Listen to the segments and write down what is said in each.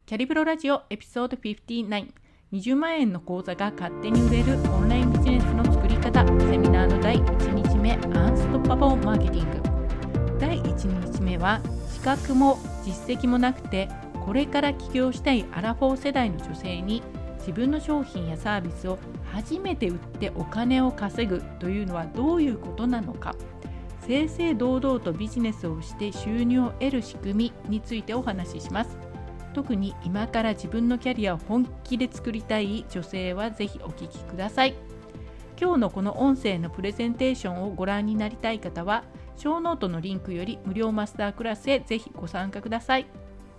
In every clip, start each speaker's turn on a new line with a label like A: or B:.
A: キャリブロラジオエピソード59、20万円の講座が勝手に売れるオンラインビジネスの作り方、セミナーの第1日目、アンストッパボーマーケティング。第1日目は、資格も実績もなくて、これから起業したいアラフォー世代の女性に、自分の商品やサービスを初めて売ってお金を稼ぐというのはどういうことなのか、正々堂々とビジネスをして収入を得る仕組みについてお話しします。特に今から自分のキャリアを本気で作りたい女性はぜひお聞きください。今日のこの音声のプレゼンテーションをご覧になりたい方は、ショーノートのリンクより無料マスタークラスへぜひご参加ください。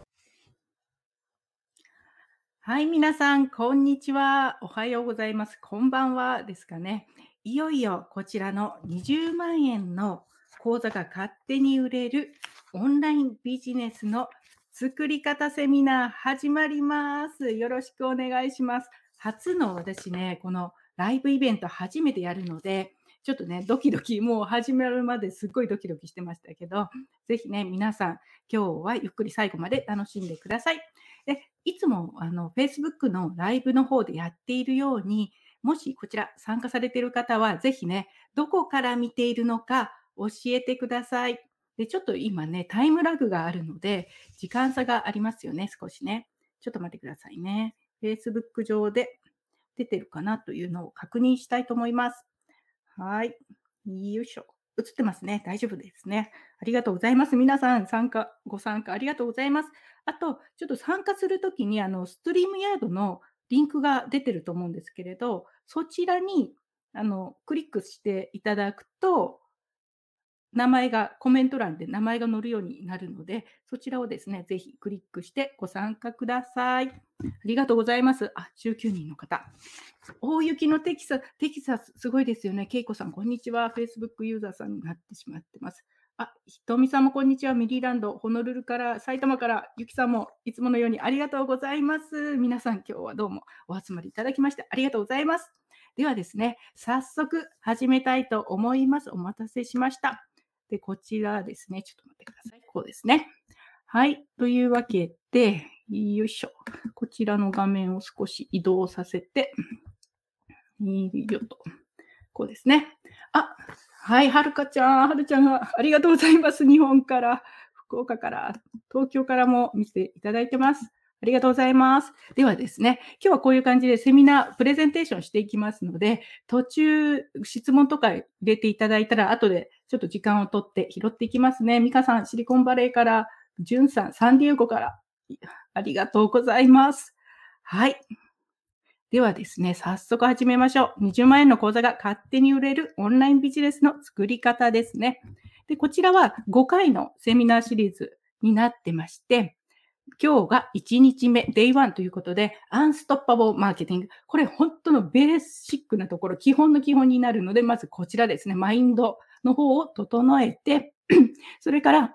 A: はい、皆さん、こんにちは。おはようございます。こんばんはですかね。いよいよこちらの20万円の講座が勝手に売れるオンラインビジネスの作り方セミナー始まります。よろしくお願いします。初の私ね、このライブイベント初めてやるので、ちょっとね、ドキドキ、もう始まるまですっごいドキドキしてましたけど、ぜひね、皆さん、今日はゆっくり最後まで楽しんでください。で、いつもFacebook のライブの方でやっているように、もしこちら参加されている方は、ぜひね、どこから見ているのか教えてください。で、ちょっと今ね、タイムラグがあるので、時間差がありますよね、少しね。ちょっと待ってくださいね。Facebook 上で出てるかなというのを確認したいと思います。はい。よいしょ。映ってますね。大丈夫ですね。ありがとうございます。皆さん、ご参加ありがとうございます。あと、ちょっと参加するときに、ストリームヤードのリンクが出てると思うんですけれど、そちらに、クリックしていただくと、コメント欄で名前が載るようになるので、そちらをですね、ぜひクリックしてご参加ください。ありがとうございます。19人の方。大雪のテキサス、すごいですよね。けいこさん、こんにちは。Facebook ユーザーさんになってしまってます。ひとみさんもこんにちは。ミリーランド、ホノルルから、埼玉から、ゆきさんもいつものようにありがとうございます。皆さん、今日はどうもお集まりいただきましてありがとうございます。ではですね、早速始めたいと思います。お待たせしました。で、こちらですね、ちょっと待ってください。こうですね。はい。というわけで、よいしょ。こちらの画面を少し移動させて、よと。こうですね。はい、はるちゃんがありがとうございます。日本から、福岡から、東京からも見ていただいてます。ありがとうございます。ではですね、今日はこういう感じでセミナー、プレゼンテーションしていきますので、途中質問とか入れていただいたら、後でちょっと時間をとって拾っていきますね。ミカさん、シリコンバレーから、ジュンさん、サンディエゴから、ありがとうございます。はい。ではですね、早速始めましょう。20万円の講座が勝手に売れるオンラインビジネスの作り方ですね。で、こちらは5回のセミナーシリーズになってまして、今日が1日目、デイ1ということで、アンストッパボーマーケティング。これ本当のベーシックなところ、基本の基本になるので、まずこちらですね、マインドの方を整えて、それから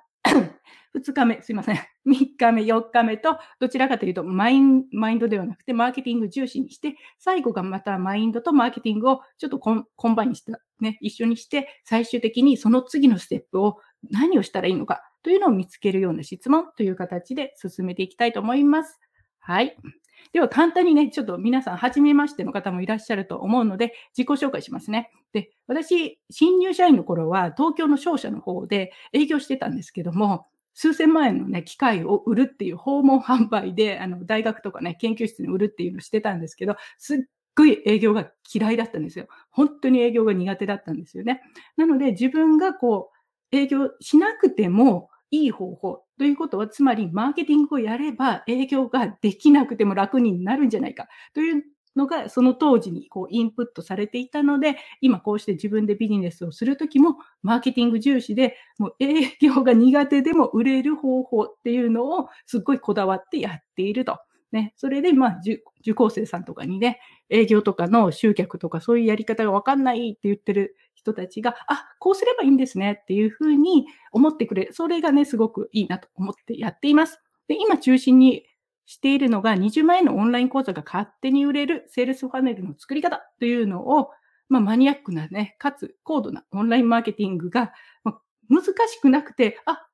A: 2日目、すいません。3日目、4日目と、どちらかというとマインドではなくて、マーケティング重視にして、最後がまたマインドとマーケティングをちょっとコンバインした、ね、一緒にして、最終的にその次のステップを何をしたらいいのかというのを見つけるような質問という形で進めていきたいと思います。はい。では簡単にね、ちょっと皆さん、初めましての方もいらっしゃると思うので、自己紹介しますね。で、私、新入社員の頃は、東京の商社の方で営業してたんですけども、数千万円のね、機械を売るっていう訪問販売で、大学とかね、研究室に売るっていうのをしてたんですけど、すっごい営業が嫌いだったんですよ。本当に営業が苦手だったんですよね。なので、自分が営業しなくてもいい方法ということは、つまりマーケティングをやれば営業ができなくても楽になるんじゃないかというのが、その当時にインプットされていたので、今こうして自分でビジネスをするときも、マーケティング重視で、もう営業が苦手でも売れる方法っていうのをすっごいこだわってやっていると。ね、それで、受講生さんとかにね、営業とかの集客とかそういうやり方がわかんないって言ってる人たちが、こうすればいいんですねっていうふうに思ってくれる。それがね、すごくいいなと思ってやっています。で、今中心にしているのが20万円のオンライン講座が勝手に売れるセールスファネルの作り方というのを、マニアックなね、かつ高度なオンラインマーケティングが、難しくなくて、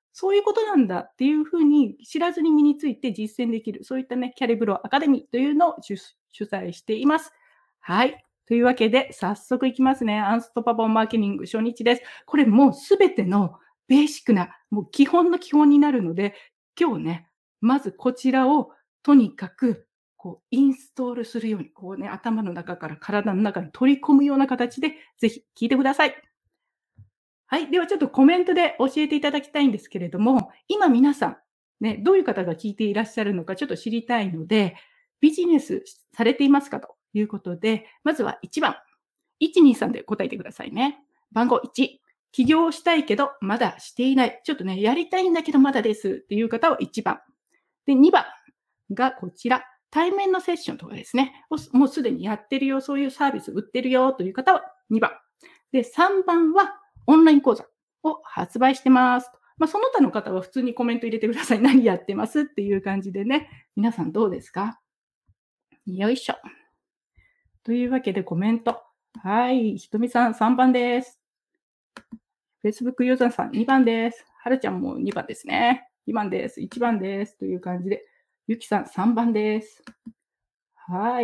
A: そういうことなんだっていうふうに知らずに身について実践できる、そういったね、キャリブロアカデミーというのを主催しています。はい。というわけで、早速いきますね。アンストパパマーケティング初日です。これもうすべてのベーシックな、もう基本の基本になるので、今日ね、まずこちらをとにかくインストールするように、頭の中から体の中に取り込むような形で、ぜひ聞いてください。はい。ではちょっとコメントで教えていただきたいんですけれども、今皆さん、ね、どういう方が聞いていらっしゃるのかちょっと知りたいので、ビジネスされていますかということで、まずは1番、123で答えてくださいね。番号1、起業したいけどまだしていない。ちょっとね、やりたいんだけどまだですっていう方は1番。で、2番がこちら、対面のセッションとかですね、もうすでにやってるよ、そういうサービス売ってるよという方は2番。で、3番はオンライン講座を発売してますと。その他の方は普通にコメント入れてください。何やってますっていう感じでね。皆さんどうですか？よいしょ。というわけでコメント。はい。ひとみさん3番です。Facebook ユーザーさん2番です。はるちゃんも2番ですね。2番です。1番です。という感じで。ゆきさん3番です。はい。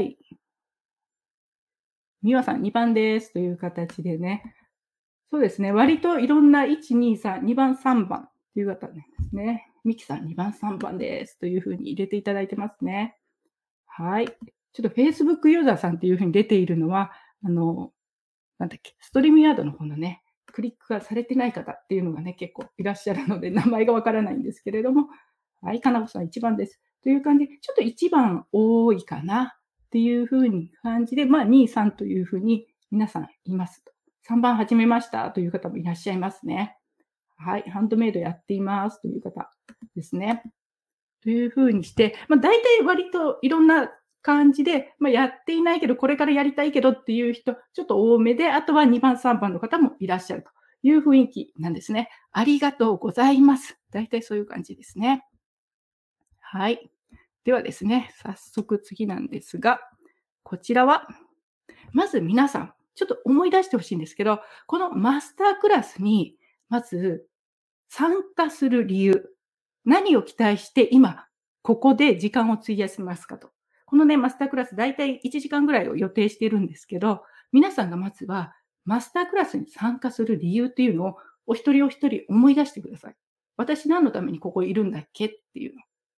A: みわさん2番です。という形でね。そうですね。割といろんな1、2、3、2番、3番という方ですね。みきさん2番、3番です。というふうに入れていただいてますね。はい。ちょっと Facebook ユーザーさんっていうふうに出ているのは、なんだっけ、ストリームヤードの方のね、クリックがされてない方っていうのがね、結構いらっしゃるので、名前がわからないんですけれども、はい、かなこさん1番です。という感じで、ちょっと1番多いかなっていうふうに感じで、2、3というふうに皆さんいますと。3番始めましたという方もいらっしゃいますね。はい、ハンドメイドやっていますという方ですね。というふうにして、大体割といろんな感じで、やっていないけど、これからやりたいけどっていう人、ちょっと多めで、あとは2番、3番の方もいらっしゃるという雰囲気なんですね。ありがとうございます。大体そういう感じですね。はい。ではですね、早速次なんですが、こちらは、まず皆さん、ちょっと思い出してほしいんですけど、このマスタークラスに、まず参加する理由、何を期待して今、ここで時間を費やしますかと。このね、マスタークラス、だいたい1時間ぐらいを予定しているんですけど、皆さんがまずは、マスタークラスに参加する理由っていうのを、お一人お一人思い出してください。私何のためにここいるんだっけっていうの。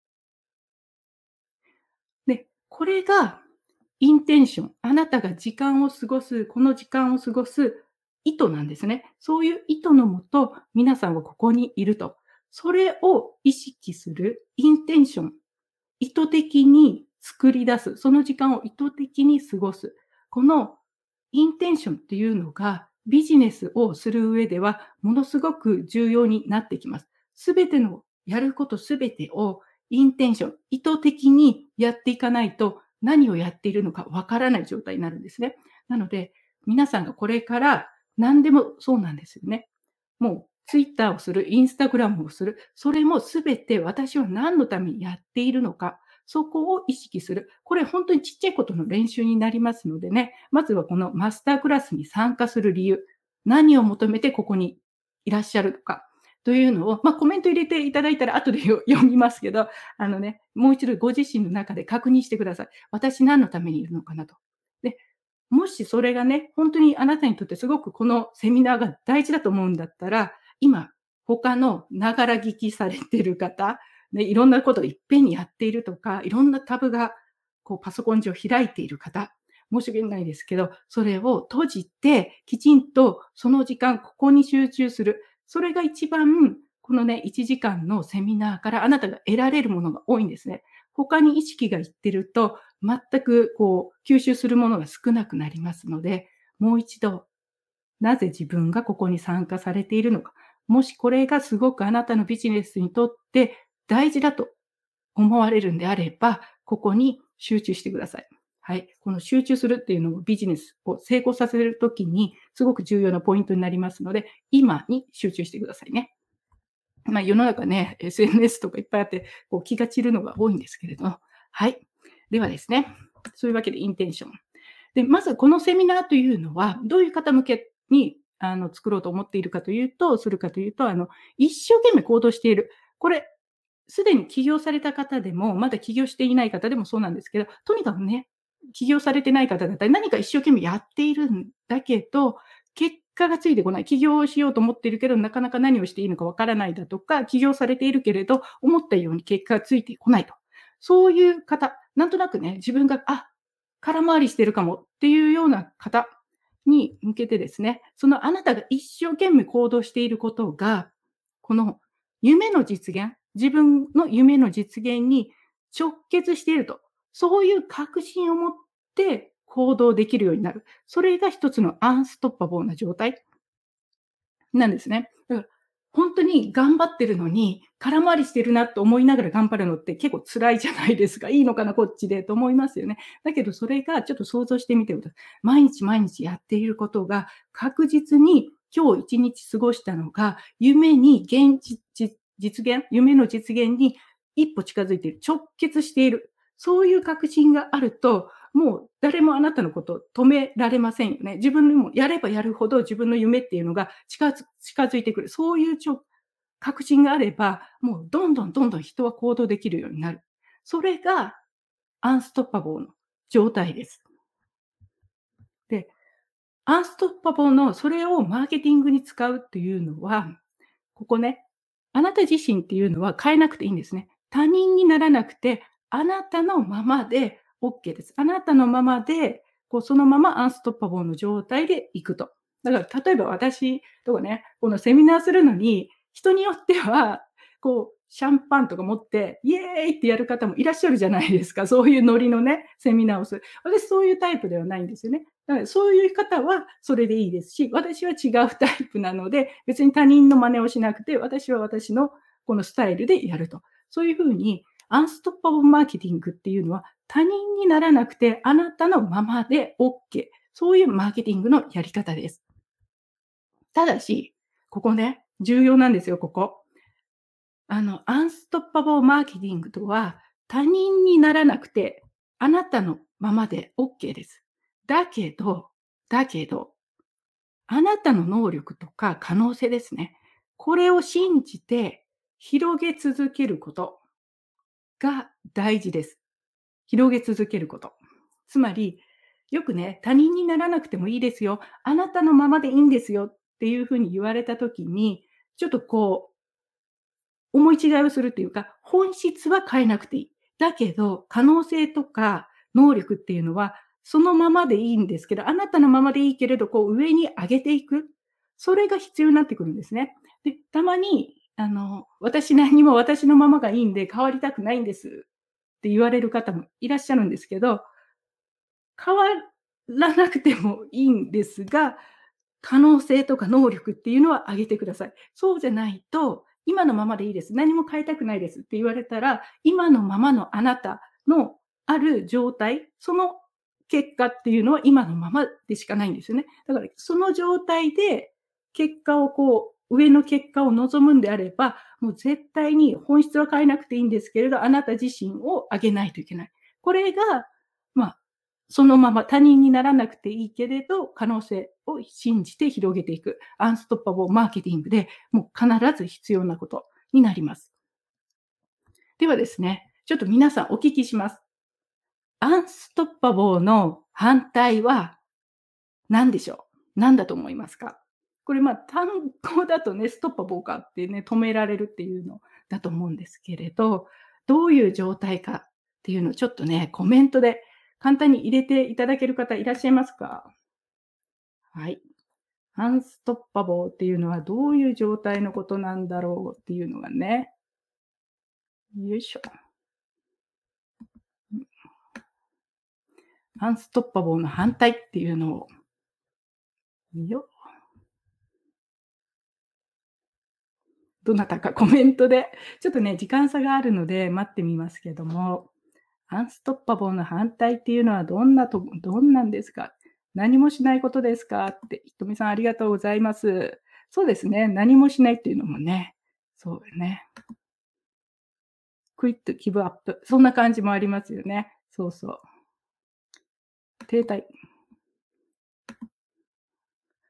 A: で、これがインテンション。あなたが時間を過ごす、この時間を過ごす意図なんですね。そういう意図のもと、皆さんはここにいると。それを意識するインテンション。意図的に作り出す。その時間を意図的に過ごす。このインテンションっていうのがビジネスをする上ではものすごく重要になってきます。すべてのやることすべてをインテンション、意図的にやっていかないと何をやっているのかわからない状態になるんですね。なので皆さんがこれから何でもそうなんですよね。もうツイッターをする、インスタグラムをする、それもすべて私は何のためにやっているのか、そこを意識する。これ本当にちっちゃいことの練習になりますのでね、まずはこのマスタークラスに参加する理由、何を求めてここにいらっしゃるのかというのを、コメント入れていただいたら後で読みますけど、もう一度ご自身の中で確認してください。私何のためにいるのかなと。で、もしそれがね、本当にあなたにとってすごくこのセミナーが大事だと思うんだったら、今、他のながら聞きされている方、ね、いろんなことをいっぺんにやっているとか、いろんなタブがパソコン上開いている方、申し訳ないですけど、それを閉じて、きちんとその時間、ここに集中する。それが一番、このね、1時間のセミナーからあなたが得られるものが多いんですね。他に意識がいってると、全く吸収するものが少なくなりますので、もう一度、なぜ自分がここに参加されているのか。もしこれがすごくあなたのビジネスにとって大事だと思われるんであれば、ここに集中してください。はい。この集中するっていうのもビジネスを成功させるときにすごく重要なポイントになりますので、今に集中してくださいね。世の中ね、SNS とかいっぱいあって、気が散るのが多いんですけれど、はい。ではですね、そういうわけでインテンション。で、まずこのセミナーというのは、どういう方向けに作ろうと思っているかというとするかというと、一生懸命行動している。これ、すでに起業された方でも、まだ起業していない方でもそうなんですけど、とにかくね、起業されてない方だったら何か一生懸命やっているんだけど、結果がついてこない。起業をしようと思っているけど、なかなか何をしていいのかわからないだとか、起業されているけれど、思ったように結果がついてこないと。そういう方、なんとなくね、自分が、空回りしてるかもっていうような方に向けてですね、そのあなたが一生懸命行動していることが、この夢の実現、自分の夢の実現に直結していると、そういう確信を持って行動できるようになる。それが一つのアンストッパボーな状態なんですね。だから、本当に頑張ってるのに、空回りしてるなと思いながら頑張るのって結構辛いじゃないですか。いいのかな、こっちでと思いますよね。だけどそれがちょっと想像してみてください。毎日毎日やっていることが、確実に今日1日過ごしたのが、夢の実現に一歩近づいている、直結している。そういう確信があると、もう誰もあなたのことを止められませんよね。自分にもやればやるほど自分の夢っていうのが近づいてくる。そういう確信があれば、もうどんどんどんどん人は行動できるようになる。それがアンストッパボーの状態です。で、アンストッパボーのそれをマーケティングに使うっていうのは、ここね、あなた自身っていうのは変えなくていいんですね。他人にならなくて、あなたのままでオッケーです。あなたのままで、そのままアンストッパボーの状態でいくと。だから例えば私とかね、このセミナーするのに、人によっては、シャンパンとか持って、イエーイってやる方もいらっしゃるじゃないですか。そういうノリのね、セミナーをする。私そういうタイプではないんですよね。だからそういう方はそれでいいですし、私は違うタイプなので、別に他人の真似をしなくて、私は私のこのスタイルでやると。そういうふうに、アンストッパブルマーケティングっていうのは、他人にならなくて、あなたのままで OK。そういうマーケティングのやり方です。ただし、ここね、重要なんですよ、ここ。アンストッパブルマーケティングとは、他人にならなくて、あなたのままで OK です。だけど、だけど、あなたの能力とか可能性ですね。これを信じて広げ続けることが大事です。広げ続けること。つまり、よくね、他人にならなくてもいいですよ。あなたのままでいいんですよっていうふうに言われたときに、ちょっと思い違いをするっていうか、本質は変えなくていい。だけど、可能性とか能力っていうのは、そのままでいいんですけど、あなたのままでいいけれど、上に上げていく。それが必要になってくるんですね。で、たまに、私何も私のままがいいんで変わりたくないんですって言われる方もいらっしゃるんですけど、変わらなくてもいいんですが、可能性とか能力っていうのは上げてください。そうじゃないと、今のままでいいです。何も変えたくないですって言われたら、今のままのあなたのある状態、その結果っていうのは今のままでしかないんですよね。だからその状態で結果を上の結果を望むんであれば、もう絶対に本質は変えなくていいんですけれど、あなた自身を上げないといけない。これが、まあ、そのまま他人にならなくていいけれど、可能性を信じて広げていく。アンストッパブルマーケティングでもう必ず必要なことになります。ではですね、ちょっと皆さんお聞きします。アンストッパブルの反対は何でしょう？何だと思いますか？これ単語だとね、ストッパブルかってね、止められるっていうのだと思うんですけれど、どういう状態かっていうのをちょっとね、コメントで簡単に入れていただける方いらっしゃいますか？はい。アンストッパボーっていうのはどういう状態のことなんだろうっていうのがね。よいしょ。アンストッパボーの反対っていうのを、よ、どなたかコメントで、ちょっとね、時間差があるので待ってみますけども、アンストッパボーの反対っていうのはどんなんですか？何もしないことですか？って、ひとみさんありがとうございます。そうですね、何もしないっていうのもね、そうね。クイッとギブアップ。そんな感じもありますよね。そうそう。停滞。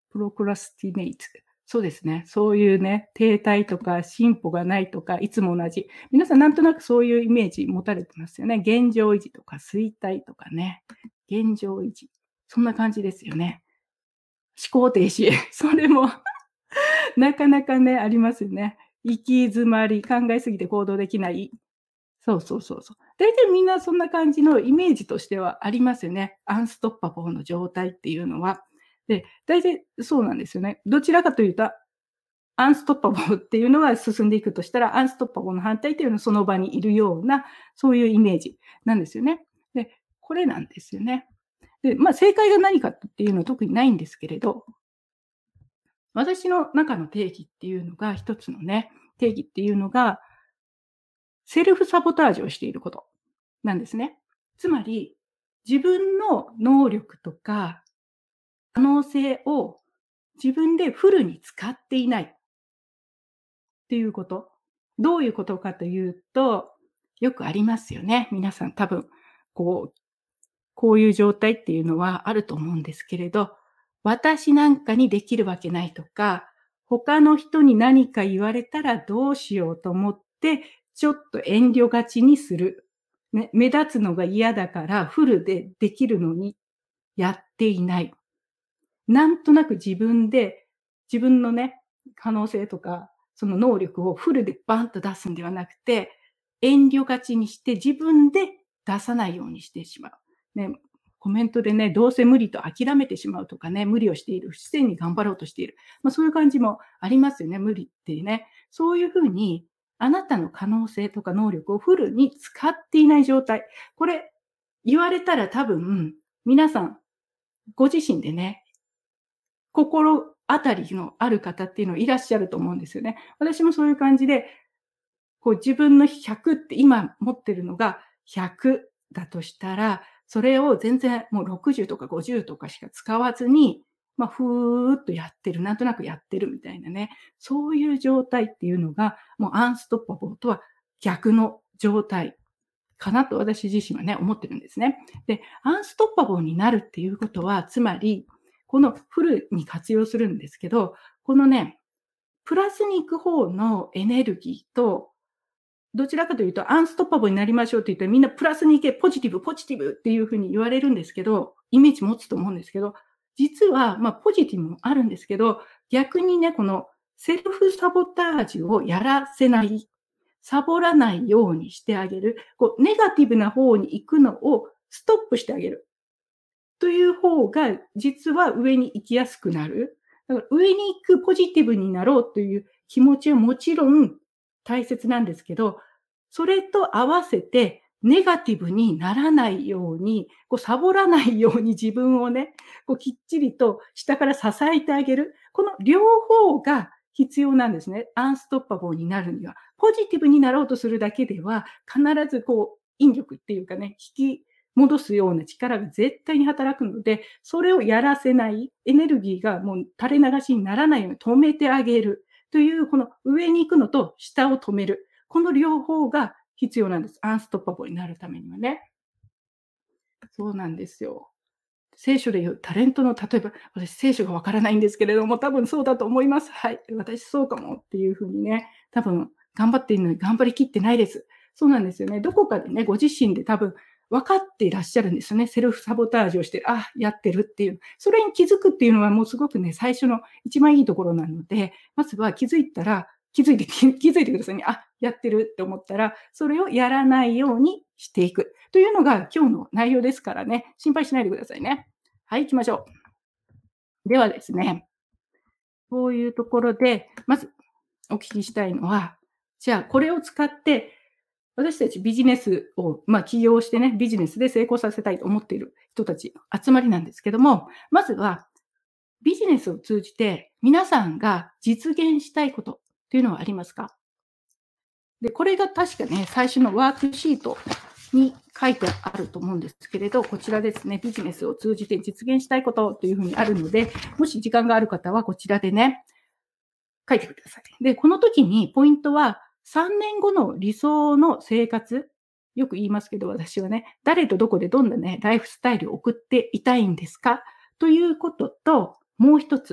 A: プロクラスティネイト。そうですね。そういうね、停滞とか進歩がないとか、いつも同じ。皆さんなんとなくそういうイメージ持たれてますよね。現状維持とか衰退とかね。現状維持。そんな感じですよね。思考停止。それもなかなかね、ありますよね。行き詰まり、考えすぎて行動できない。そうそうそうそう。大体みんなそんな感じのイメージとしてはありますよね。アンストッパボーの状態っていうのは。で、大体そうなんですよね。どちらかというと、アンストッパボーっていうのは進んでいくとしたら、アンストッパボーの反対っていうのはその場にいるような、そういうイメージなんですよね。で、これなんですよね。で、正解が何かっていうのは特にないんですけれど、私の中の定義っていうのが、一つのね、定義っていうのが、セルフサボタージュをしていることなんですね。つまり、自分の能力とか可能性を自分でフルに使っていないっていうこと。どういうことかというと、よくありますよね。皆さん多分、こう、こういう状態っていうのはあると思うんですけれど、私なんかにできるわけないとか、他の人に何か言われたらどうしようと思って、ちょっと遠慮がちにする。ね、目立つのが嫌だからフルでできるのにやっていない。なんとなく自分で、自分のね、可能性とか、その能力をフルでバンと出すんではなくて、遠慮がちにして自分で出さないようにしてしまう。ね、コメントでね、どうせ無理と諦めてしまうとかね、無理をしている、不自然に頑張ろうとしている。そういう感じもありますよね、無理ってね。そういうふうに、あなたの可能性とか能力をフルに使っていない状態。これ、言われたら多分、皆さん、ご自身でね、心当たりのある方っていうのいらっしゃると思うんですよね。私もそういう感じで、こう自分の100って今持ってるのが100だとしたら、それを全然もう60とか50とかしか使わずに、ふーっとやってる、なんとなくやってるみたいなね、そういう状態っていうのが、もうアンストッパボーとは逆の状態かなと私自身はね、思ってるんですね。で、アンストッパボーになるっていうことは、つまり、このフルに活用するんですけど、このね、プラスに行く方のエネルギーと、どちらかというとアンストッパボーになりましょうって言ったらみんなプラスに行け、ポジティブ、ポジティブっていうふうに言われるんですけど、イメージ持つと思うんですけど、実は、ポジティブもあるんですけど、逆にね、このセルフサボタージュをやらせない、サボらないようにしてあげる、こうネガティブな方に行くのをストップしてあげる。という方が、実は上に行きやすくなる。だから上に行くポジティブになろうという気持ちはもちろん大切なんですけど、それと合わせてネガティブにならないように、こうサボらないように自分をね、こうきっちりと下から支えてあげる。この両方が必要なんですね。アンストッパボーになるには。ポジティブになろうとするだけでは、必ずこう、引力っていうかね、引き戻すような力が絶対に働くので、それをやらせない、エネルギーがもう垂れ流しにならないように止めてあげるという、この上に行くのと下を止める。この両方が必要なんです。アンストッパボーになるためにはね。そうなんですよ。聖書でいうタレントの、例えば、私聖書がわからないんですけれども、多分そうだと思います。はい。私そうかもっていうふうにね、多分頑張っているのに頑張りきってないです。そうなんですよね。どこかでね、ご自身で多分分かっていらっしゃるんですよね。セルフサボタージュをして、やってるっていう。それに気づくっていうのはもうすごくね、最初の一番いいところなので、まずは気づいたら、気づいてくださいね。やってるって思ったら、それをやらないようにしていく。というのが今日の内容ですからね、心配しないでくださいね。はい、行きましょう。ではですね、こういうところで、まずお聞きしたいのは、じゃあこれを使って、私たちビジネスを、起業してね、ビジネスで成功させたいと思っている人たちの集まりなんですけども、まずはビジネスを通じて皆さんが実現したいことっていうのはありますか？で、これが確かね、最初のワークシートに書いてあると思うんですけれど、こちらですね、ビジネスを通じて実現したいことというふうにあるので、もし時間がある方はこちらでね、書いてください。で、この時にポイントは、3年後の理想の生活、よく言いますけど、私はね、誰とどこでどんなね、ライフスタイルを送っていたいんですかということと、もう一つ、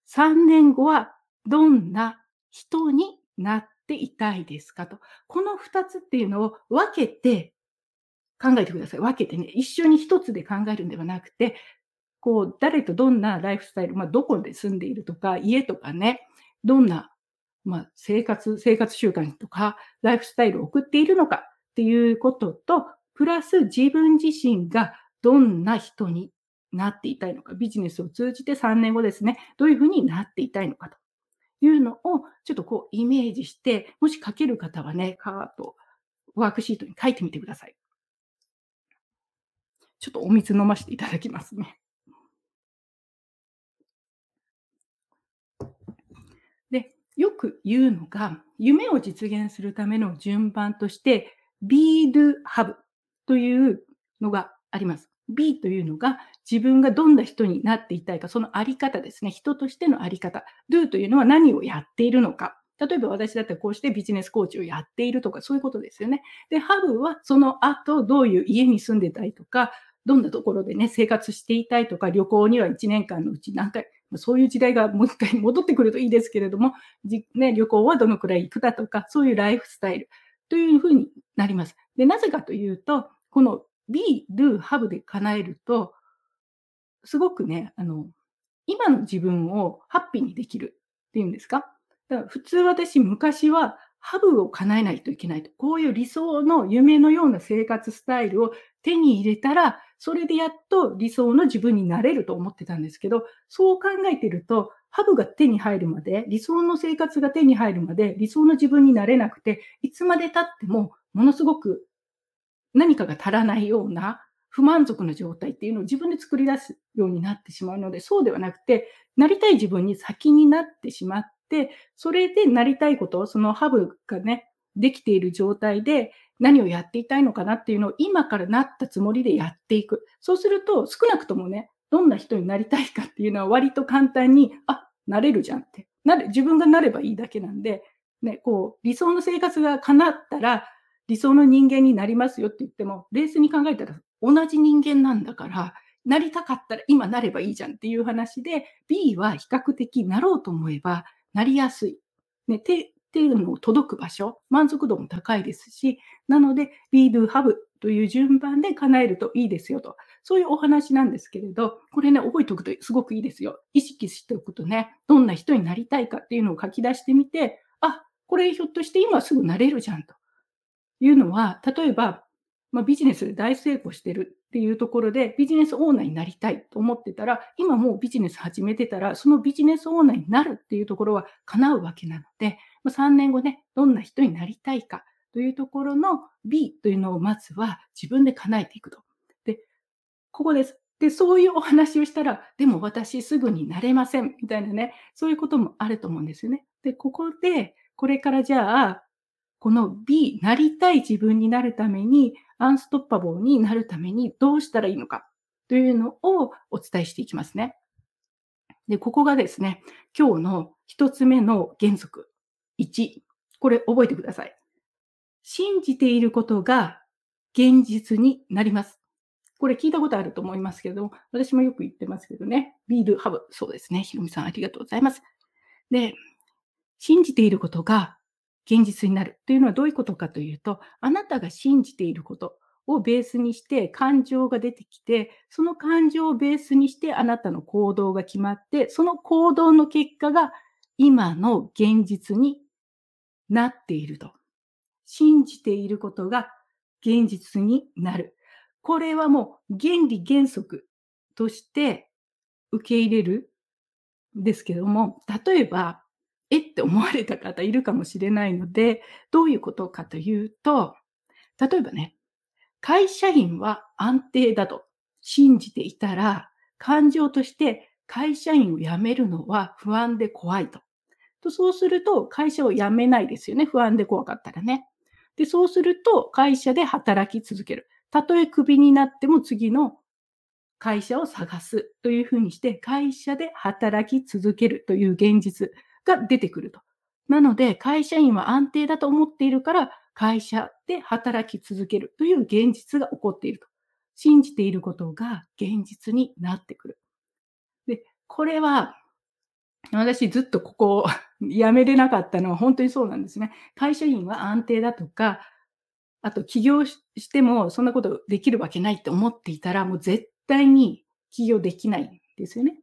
A: 3年後はどんな人になっていたいですかと。この2つっていうのを分けて考えてください。分けてね、一緒に1つで考えるんではなくて、こう、誰とどんなライフスタイル、どこで住んでいるとか、家とかね、どんな、生活習慣とか、ライフスタイルを送っているのかっていうことと、プラス自分自身がどんな人になっていたいのか、ビジネスを通じて3年後ですね、どういうふうになっていたいのかというのを、ちょっとこうイメージして、もし書ける方はね、カーッとワークシートに書いてみてください。ちょっとお水飲ましていただきますね。で、よく言うのが、夢を実現するための順番として、Be, Do, Have というのがあります。Be というのが自分がどんな人になっていたいか、そのあり方ですね。人としてのあり方。Do というのは何をやっているのか。例えば私だったらこうしてビジネスコーチをやっているとか、そういうことですよね。で、Have はその後どういう家に住んでたいとか、どんなところでね、生活していたいとか、旅行には1年間のうち何回、そういう時代がもう一回戻ってくるといいですけれども、旅行はどのくらい行くだとか、そういうライフスタイルというふうになります。で、なぜかというと、この be, do, have で叶えると、すごくね、今の自分をハッピーにできるっていうんですか。だから普通私、昔はハブを叶えないといけないと。こういう理想の夢のような生活スタイルを手に入れたら、それでやっと理想の自分になれると思ってたんですけど、そう考えてると、ハブが手に入るまで、理想の生活が手に入るまで、理想の自分になれなくて、いつまで経ってもものすごく何かが足らないような不満足な状態っていうのを自分で作り出すようになってしまうので、そうではなくて、なりたい自分に先になってしまって、それでなりたいこと、そのハブがね、できている状態で何をやっていたいのかなっていうのを今からなったつもりでやっていく。そうすると、少なくともね、どんな人になりたいかっていうのは割と簡単に、あ、なれるじゃんって。自分がなればいいだけなんで、ね、こう理想の生活が叶ったら、理想の人間になりますよって言っても、冷静に考えたら同じ人間なんだから、なりたかったら今なればいいじゃんっていう話で、B は比較的なろうと思えばなりやすい。ね、手の届く場所、満足度も高いですし、なので Be, Do, Have という順番で叶えるといいですよと。そういうお話なんですけれど、これね、覚えておくとすごくいいですよ。意識しておくとね、どんな人になりたいかっていうのを書き出してみて、あ、これひょっとして今すぐなれるじゃんと。いうのは、例えば、ビジネスで大成功してるっていうところで、ビジネスオーナーになりたいと思ってたら、今もうビジネス始めてたら、そのビジネスオーナーになるっていうところは叶うわけなので、3年後ね、どんな人になりたいかというところの B というのをまずは自分で叶えていくと。で、ここです。で、そういうお話をしたら、でも私すぐになれませんみたいなね、そういうこともあると思うんですよね。で、ここで、これからじゃあ、この B、なりたい自分になるために、アンストッパボーになるためにどうしたらいいのかというのをお伝えしていきますね。で、ここがですね、今日の一つ目の原則。1、これ覚えてください。信じていることが現実になります。これ聞いたことあると思いますけど、私もよく言ってますけどね。Be, do, have そうですね。ひろみさんありがとうございます。で、信じていることが現実になるというのはどういうことかというと、あなたが信じていることをベースにして感情が出てきて、その感情をベースにしてあなたの行動が決まって、その行動の結果が今の現実になっていると。信じていることが現実になる。これはもう原理原則として受け入れるんですけども、例えば、えって思われた方いるかもしれないので、どういうことかというと、例えばね、会社員は安定だと信じていたら、感情として会社員を辞めるのは不安で怖いと。そうすると会社を辞めないですよね。不安で怖かったらね。で、そうすると会社で働き続ける。たとえクビになっても次の会社を探すというふうにして、会社で働き続けるという現実が出てくると。なので、会社員は安定だと思っているから、会社で働き続けるという現実が起こっていると。信じていることが現実になってくる。で、これは私ずっとここを辞めれなかったのはほんとにそうなんですね。会社員は安定だとか、あと起業してもそんなことできるわけないって思っていたら、もう絶対に起業できないんですよね。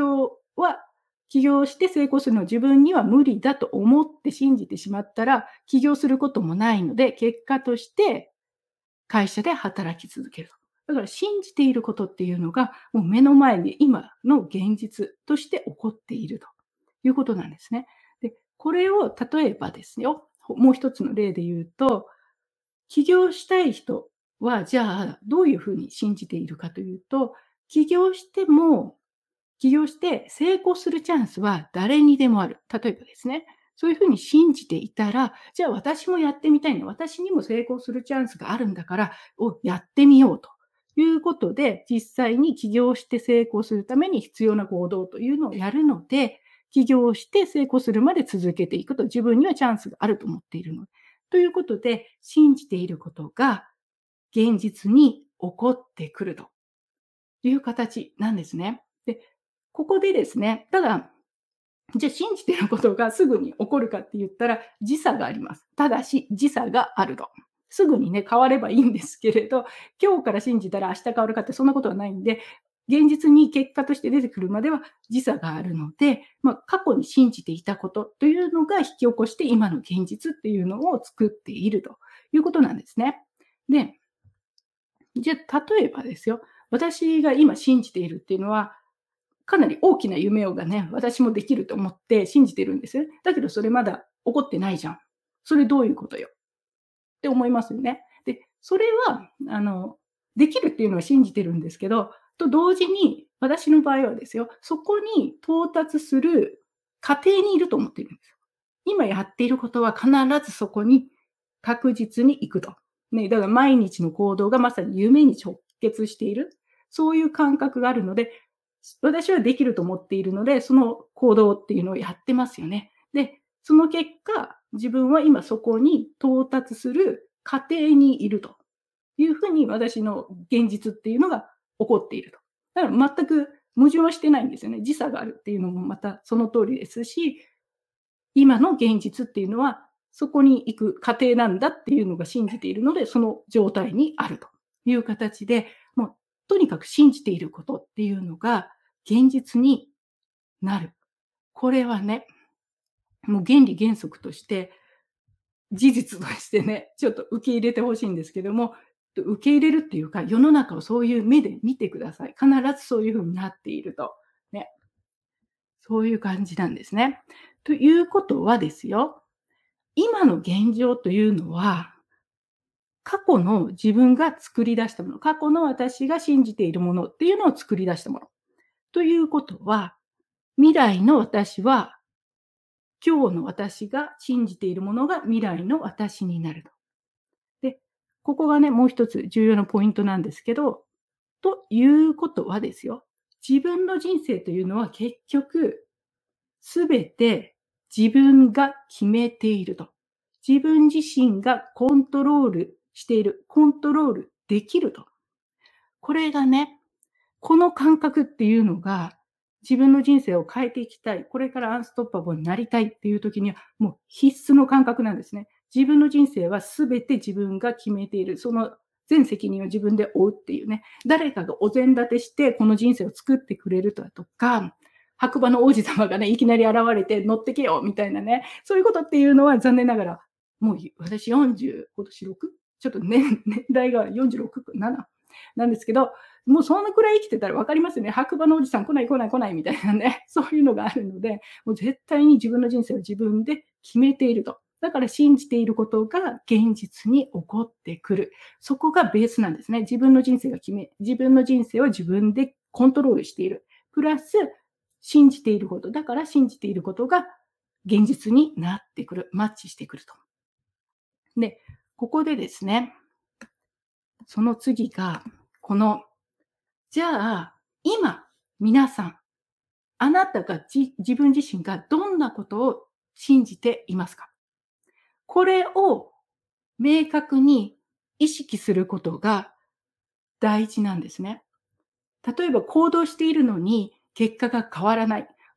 A: 起業して成功するのは自分には無理だと思って信じてしまったら、起業することもないので、結果として会社で働き続けると。だから信じていることっていうのが、もう目の前に今の現実として起こっているということなんですね。で、これを例えばですよ、もう一つの例で言うと、起業したい人は、じゃあ、どういうふうに信じているかというと、起業しても起業して成功するチャンスは誰にでもある。例えばですね、そういうふうに信じていたら、じゃあ私もやってみたいんだ。私にも成功するチャンスがあるんだから、やってみようということで、実際に起業して成功するために必要な行動というのをやるので、起業して成功するまで続けていくと、自分にはチャンスがあると思っているの。ということで、信じていることが現実に起こってくるという形なんですね。で、ここでですね、ただ、じゃあ信じていることがすぐに起こるかって言ったら、時差があります。ただし、時差があると。すぐにね、変わればいいんですけれど、今日から信じたら明日変わるかってそんなことはないんで、現実に結果として出てくるまでは時差があるので、過去に信じていたことというのが引き起こして今の現実っていうのを作っているということなんですね。で、じゃあ例えばですよ、私が今信じているっていうのは、かなり大きな夢をがね、私もできると思って信じてるんですよ。だけどそれまだ起こってないじゃん。それどういうことよって思いますよね。で、それはできるっていうのは信じてるんですけど、と同時に、私の場合はですよ、そこに到達する過程にいると思っているんですよ。今やっていることは必ずそこに確実に行くと。ね、だから毎日の行動がまさに夢に直結している。そういう感覚があるので、私はできると思っているので、その行動っていうのをやってますよね。で、その結果、自分は今そこに到達する過程にいるというふうに私の現実っていうのが起こっていると。だから全く矛盾はしてないんですよね。時差があるっていうのもまたその通りですし、今の現実っていうのは、そこに行く過程なんだっていうのが信じているので、その状態にあるという形で、もうとにかく信じていることっていうのが現実になる。これはね、もう原理原則として、事実としてね、ちょっと受け入れてほしいんですけども、受け入れるっていうか、世の中をそういう目で見てください。必ずそういう風になっていると。ね、そういう感じなんですね。ということはですよ、今の現状というのは、過去の自分が作り出したもの、過去の私が信じているものっていうのを作り出したもの。ということは、未来の私は、今日の私が信じているものが未来の私になると。で、ここがね、もう一つ重要なポイントなんですけど、ということはですよ、自分の人生というのは結局、すべて自分が決めていると。自分自身がコントロールしている、コントロールできると。これがね、この感覚っていうのが、自分の人生を変えていきたい、これからアンストッパブルになりたいっていう時には、もう必須の感覚なんですね。自分の人生は全て自分が決めている。その全責任を自分で負うっていうね。誰かがお膳立てしてこの人生を作ってくれるだとか、白馬の王子様がね、いきなり現れて乗ってけよみたいなね。そういうことっていうのは残念ながら、もう私40、今年 6? ちょっと年代が46、7なんですけど、もうそのくらい生きてたら分かりますよね。白馬のおじさん来ない来ない来ないみたいなね、そういうのがあるので、もう絶対に自分の人生を自分で決めていると。だから信じていることが現実に起こってくる。そこがベースなんですね。自分の人生自分の人生を自分でコントロールしている。プラス、信じていること。だから信じていることが現実になってくる。マッチしてくると。で、ここでですね、その次が、このじゃあ、今、皆さん、あなたが自分自身がどんなことを信じていますか？これを明確に意識することが大事なんですね。例えば行動しているのに結果が変わらない。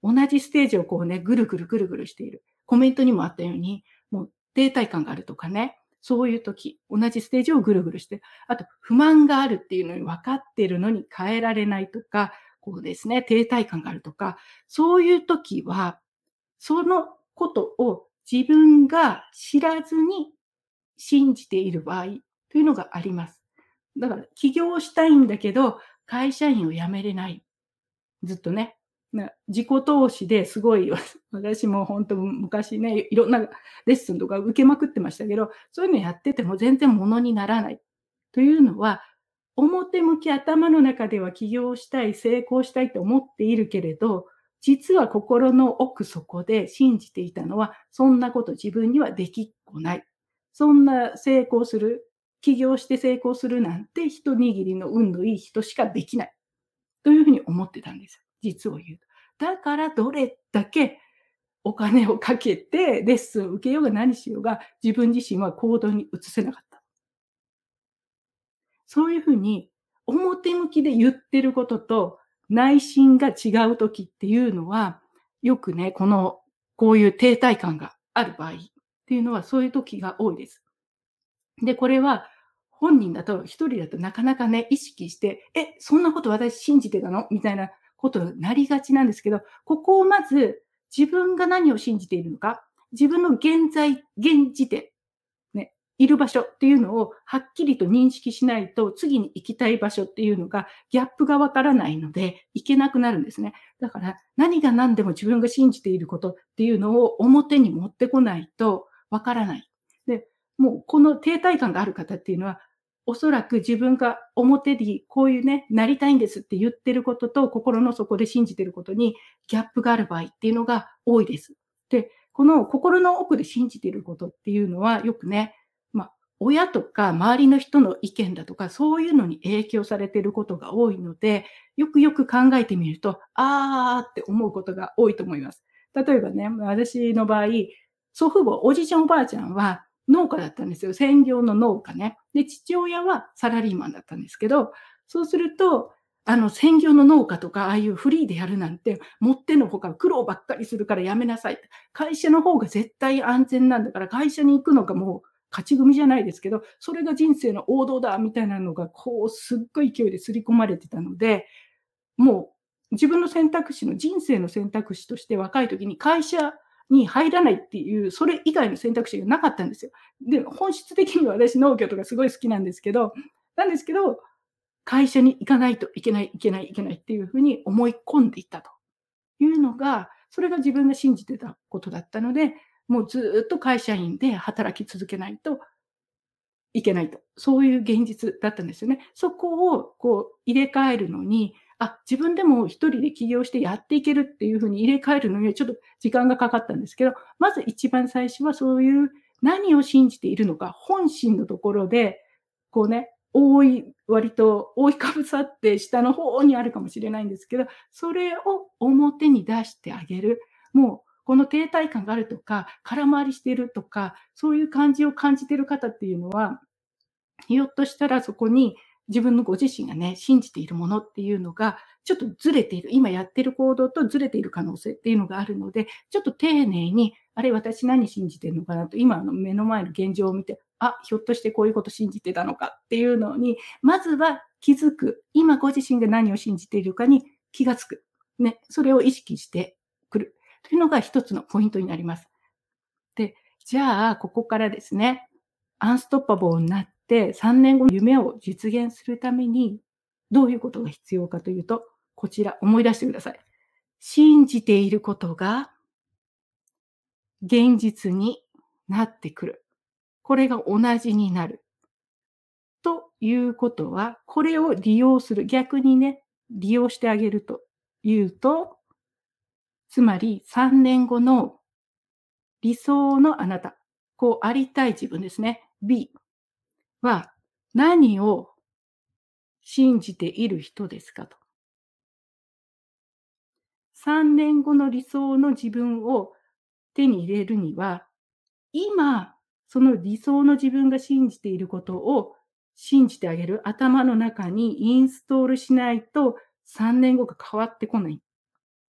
A: 同じステージをこうね、ぐるぐるぐるぐるしている。コメントにもあったように、もう停滞感があるとかね、そういう時、同じステージをぐるぐるして、あと不満があるっていうのに分かっているのに変えられないとか、こうですね、停滞感があるとか、そういう時は、そのことを自分が知らずに信じている場合というのがあります。だから起業したいんだけど、会社員を辞めれない。ずっとね。自己投資ですごい、私も本当昔ね、いろんなレッスンとか受けまくってましたけど、そういうのやってても全然ものにならない。というのは、表向き頭の中では起業したい、成功したいと思っているけれど、実は心の奥底で信じていたのは、そんなこと自分にはできっこない。そんな成功する、起業して成功するなんて一握りの運のいい人しかできない。というふうに思ってたんですよ。実を言うと。だからどれだけお金をかけてレッスンを受けようが何しようが、自分自身は行動に移せなかった。そういうふうに表向きで言ってることと内心が違う時っていうのは、よくね、こういう停滞感がある場合っていうのはそういう時が多いです。で、これは本人だと、一人だとなかなかね、意識して、そんなこと私信じてたのみたいなことになりがちなんですけど、ここをまず自分が何を信じているのか、自分の現時点、ね、いる場所っていうのをはっきりと認識しないと、次に行きたい場所っていうのが、ギャップがわからないので、行けなくなるんですね。だから、何が何でも自分が信じていることっていうのを表に持ってこないとわからない。で、もうこの停滞感がある方っていうのは、おそらく自分が表にこういうね、なりたいんですって言ってることと、心の底で信じてることにギャップがある場合っていうのが多いです。で、この心の奥で信じていることっていうのは、よくね、親とか周りの人の意見だとか、そういうのに影響されていることが多いので、よくよく考えてみると、あーって思うことが多いと思います。例えばね、私の場合、祖父母、おじいちゃんおばあちゃんは農家だったんですよ。専業の農家ね。で、父親はサラリーマンだったんですけど、そうすると、専業の農家とか、ああいうフリーでやるなんて、もってのほか苦労ばっかりするからやめなさい。会社の方が絶対安全なんだから、会社に行くのがもう勝ち組じゃないですけど、それが人生の王道だみたいなのが、こう、すっごい勢いで刷り込まれてたので、もう自分の選択肢の人生の選択肢として若い時に会社に入らないっていう、それ以外の選択肢がなかったんですよ。で、本質的には私農業とかすごい好きなんですけど、会社に行かないといけない、いけない、いけないっていうふうに思い込んでいたというのが、それが自分が信じてたことだったので、もうずっと会社員で働き続けないといけないと。そういう現実だったんですよね。そこをこう入れ替えるのに、自分でも一人で起業してやっていけるっていう風に入れ替えるのにはちょっと時間がかかったんですけど、まず一番最初はそういう何を信じているのか、本心のところで、こうね、割と覆いかぶさって下の方にあるかもしれないんですけど、それを表に出してあげる。もうこの停滞感があるとか、空回りしているとか、そういう感じを感じている方っていうのは、ひょっとしたらそこに自分のご自身がね、信じているものっていうのが、ちょっとずれている、今やっている行動とずれている可能性っていうのがあるので、ちょっと丁寧に、あれ、私何信じてるのかなと、今の目の前の現状を見て、ひょっとしてこういうこと信じてたのかっていうのに、まずは気づく。今ご自身が何を信じているかに気がつく。ね、それを意識してくる。というのが一つのポイントになります。で、じゃあ、ここからですね、アンストッパボーになって3年後の夢を実現するために、どういうことが必要かというと、こちら思い出してください。信じていることが現実になってくる。これが同じになる。ということは、これを利用する。逆にね、利用してあげるというと、つまり3年後の理想のあなた、こうありたい自分ですね。B は何を信じている人ですかと。3年後の理想の自分を手に入れるには、今、その理想の自分が信じていることを信じてあげる。頭の中にインストールしないと3年後が変わってこない。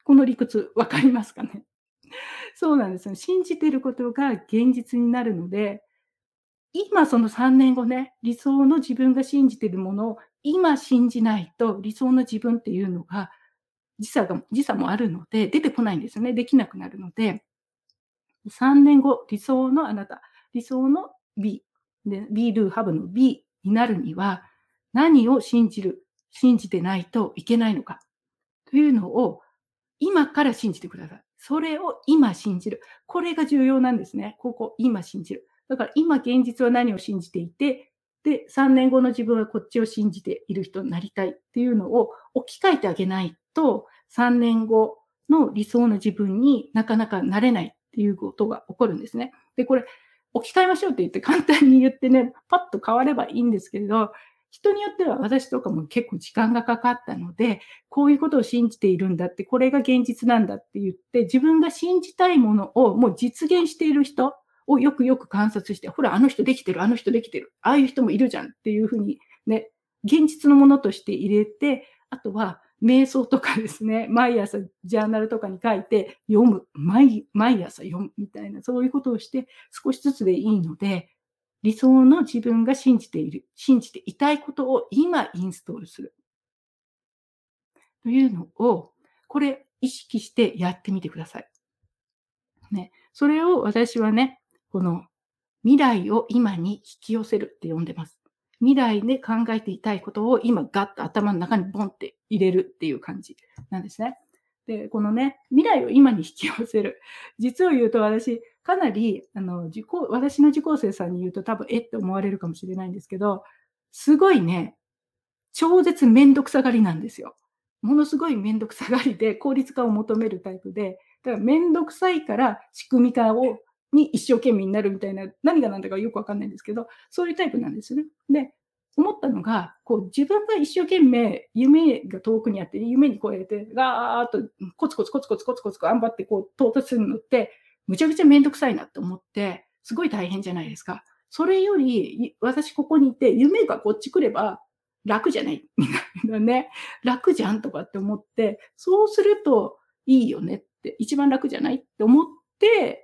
A: この理屈分かりますかね？そうなんですよ。信じてることが現実になるので、今その3年後ね、理想の自分が信じてるものを今信じないと、理想の自分っていうのが、時差もあるので、出てこないんですよね。できなくなるので、3年後、理想のあなた、理想の B で、be do have の B になるには、何を信じてないといけないのかというのを今から信じてください。それを今信じる。これが重要なんですね。今信じる。だから今現実は何を信じていて、で、3年後の自分はこっちを信じている人になりたいっていうのを置き換えてあげないと、3年後の理想の自分になかなかなれないっていうことが起こるんですね。で、これ、置き換えましょうって言って簡単に言ってね、パッと変わればいいんですけれど、人によっては私とかも結構時間がかかったので、こういうことを信じているんだって、これが現実なんだって言って、自分が信じたいものをもう実現している人をよくよく観察して、ほら、あの人できてる、あの人できてる、ああいう人もいるじゃんっていうふうにね、現実のものとして入れて、あとは瞑想とかですね、毎朝ジャーナルとかに書いて読む、毎朝読むみたいな、そういうことをして少しずつでいいので、理想の自分が信じていたいことを今インストールする。というのを、これ意識してやってみてください。ね。それを私はね、この未来を今に引き寄せるって呼んでます。未来で考えていたいことを今ガッと頭の中にボンって入れるっていう感じなんですね。で、このね、未来を今に引き寄せる。実を言うと私、かなり、私の受講生さんに言うと多分、って思われるかもしれないんですけど、すごいね、超絶めんどくさがりなんですよ。ものすごいめんどくさがりで、効率化を求めるタイプで、だからめんどくさいから仕組み化に一生懸命になるみたいな、何が何だかよくわかんないんですけど、そういうタイプなんですよね。で、思ったのが、自分が一生懸命夢が遠くにあって、夢にこうやって、ガーっとコツコツコツコツコツコツ頑張って到達するのって、むちゃくちゃめんどくさいなって思って、すごい大変じゃないですか。それより、私ここにいて、夢がこっち来れば楽じゃないみたいなね、楽じゃんとかって思って、そうするといいよねって、一番楽じゃないって思って、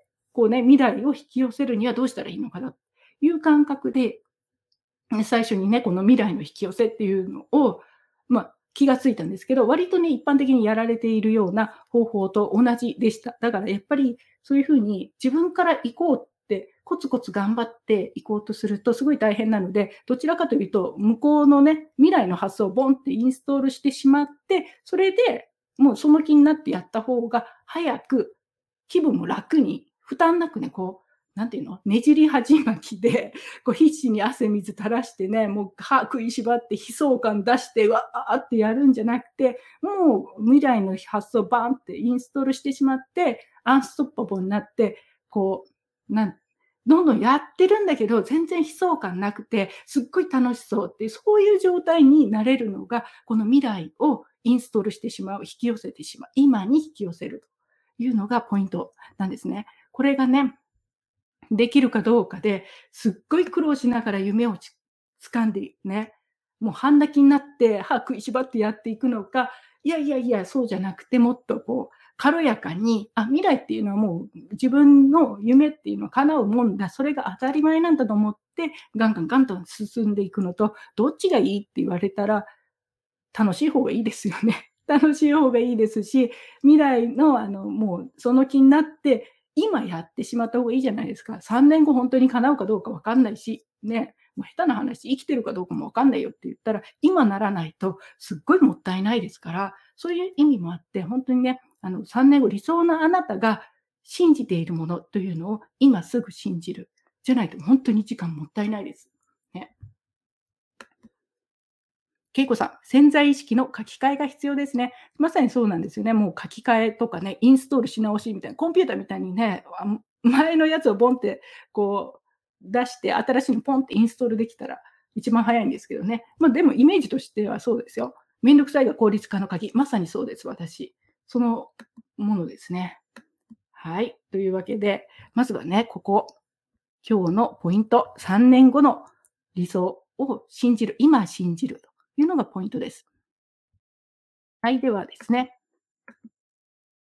A: 未来を引き寄せるにはどうしたらいいのかなという感覚で、最初にね、この未来の引き寄せっていうのを、気がついたんですけど、割とね、一般的にやられているような方法と同じでした。だからやっぱりそういうふうに自分から行こうってコツコツ頑張っていこうとするとすごい大変なので、どちらかというと向こうのね、未来の発想をボンってインストールしてしまって、それでもうその気になってやった方が早く、気分も楽に、負担なくね、なんていうの、ねじり鉢巻きで、必死に汗水垂らしてね、もう歯食いしばって悲壮感出して、わーってやるんじゃなくて、もう未来の発想バーンってインストールしてしまって、アンストッパブルになって、こう、なんどんどんやってるんだけど、全然悲壮感なくて、すっごい楽しそうっていう、そういう状態になれるのが、この未来をインストールしてしまう、引き寄せてしまう、今に引き寄せるというのがポイントなんですね。これがね、できるかどうかで、すっごい苦労しながら夢を掴んでね、もう半泣きになって歯食いしばってやっていくのか、いやいやいや、そうじゃなくて、もっと軽やかに、未来っていうのはもう自分の夢っていうのは叶うもんだ、それが当たり前なんだと思って、ガンガンガンと進んでいくのと、どっちがいいって言われたら、楽しい方がいいですよね。楽しい方がいいですし、未来のもうその気になって、今やってしまった方がいいじゃないですか。3年後本当に叶うかどうか分かんないし、ね、もう下手な話、生きてるかどうかも分かんないよって言ったら、今ならないとすっごいもったいないですから、そういう意味もあって、本当にね、3年後、理想のあなたが信じているものというのを今すぐ信じる。じゃないと本当に時間もったいないです。ね。恵子さん、潜在意識の書き換えが必要ですね。まさにそうなんですよね。もう書き換えとかね、インストールし直しみたいな、コンピューターみたいにね、前のやつをボンって出して、新しいのポンってインストールできたら一番早いんですけどね。でもイメージとしてはそうですよ。めんどくさいが効率化の鍵。まさにそうです、私。そのものですね。はい。というわけで、まずはね、今日のポイント、3年後の理想を信じる、今信じるというのがポイントです。はい、ではですね、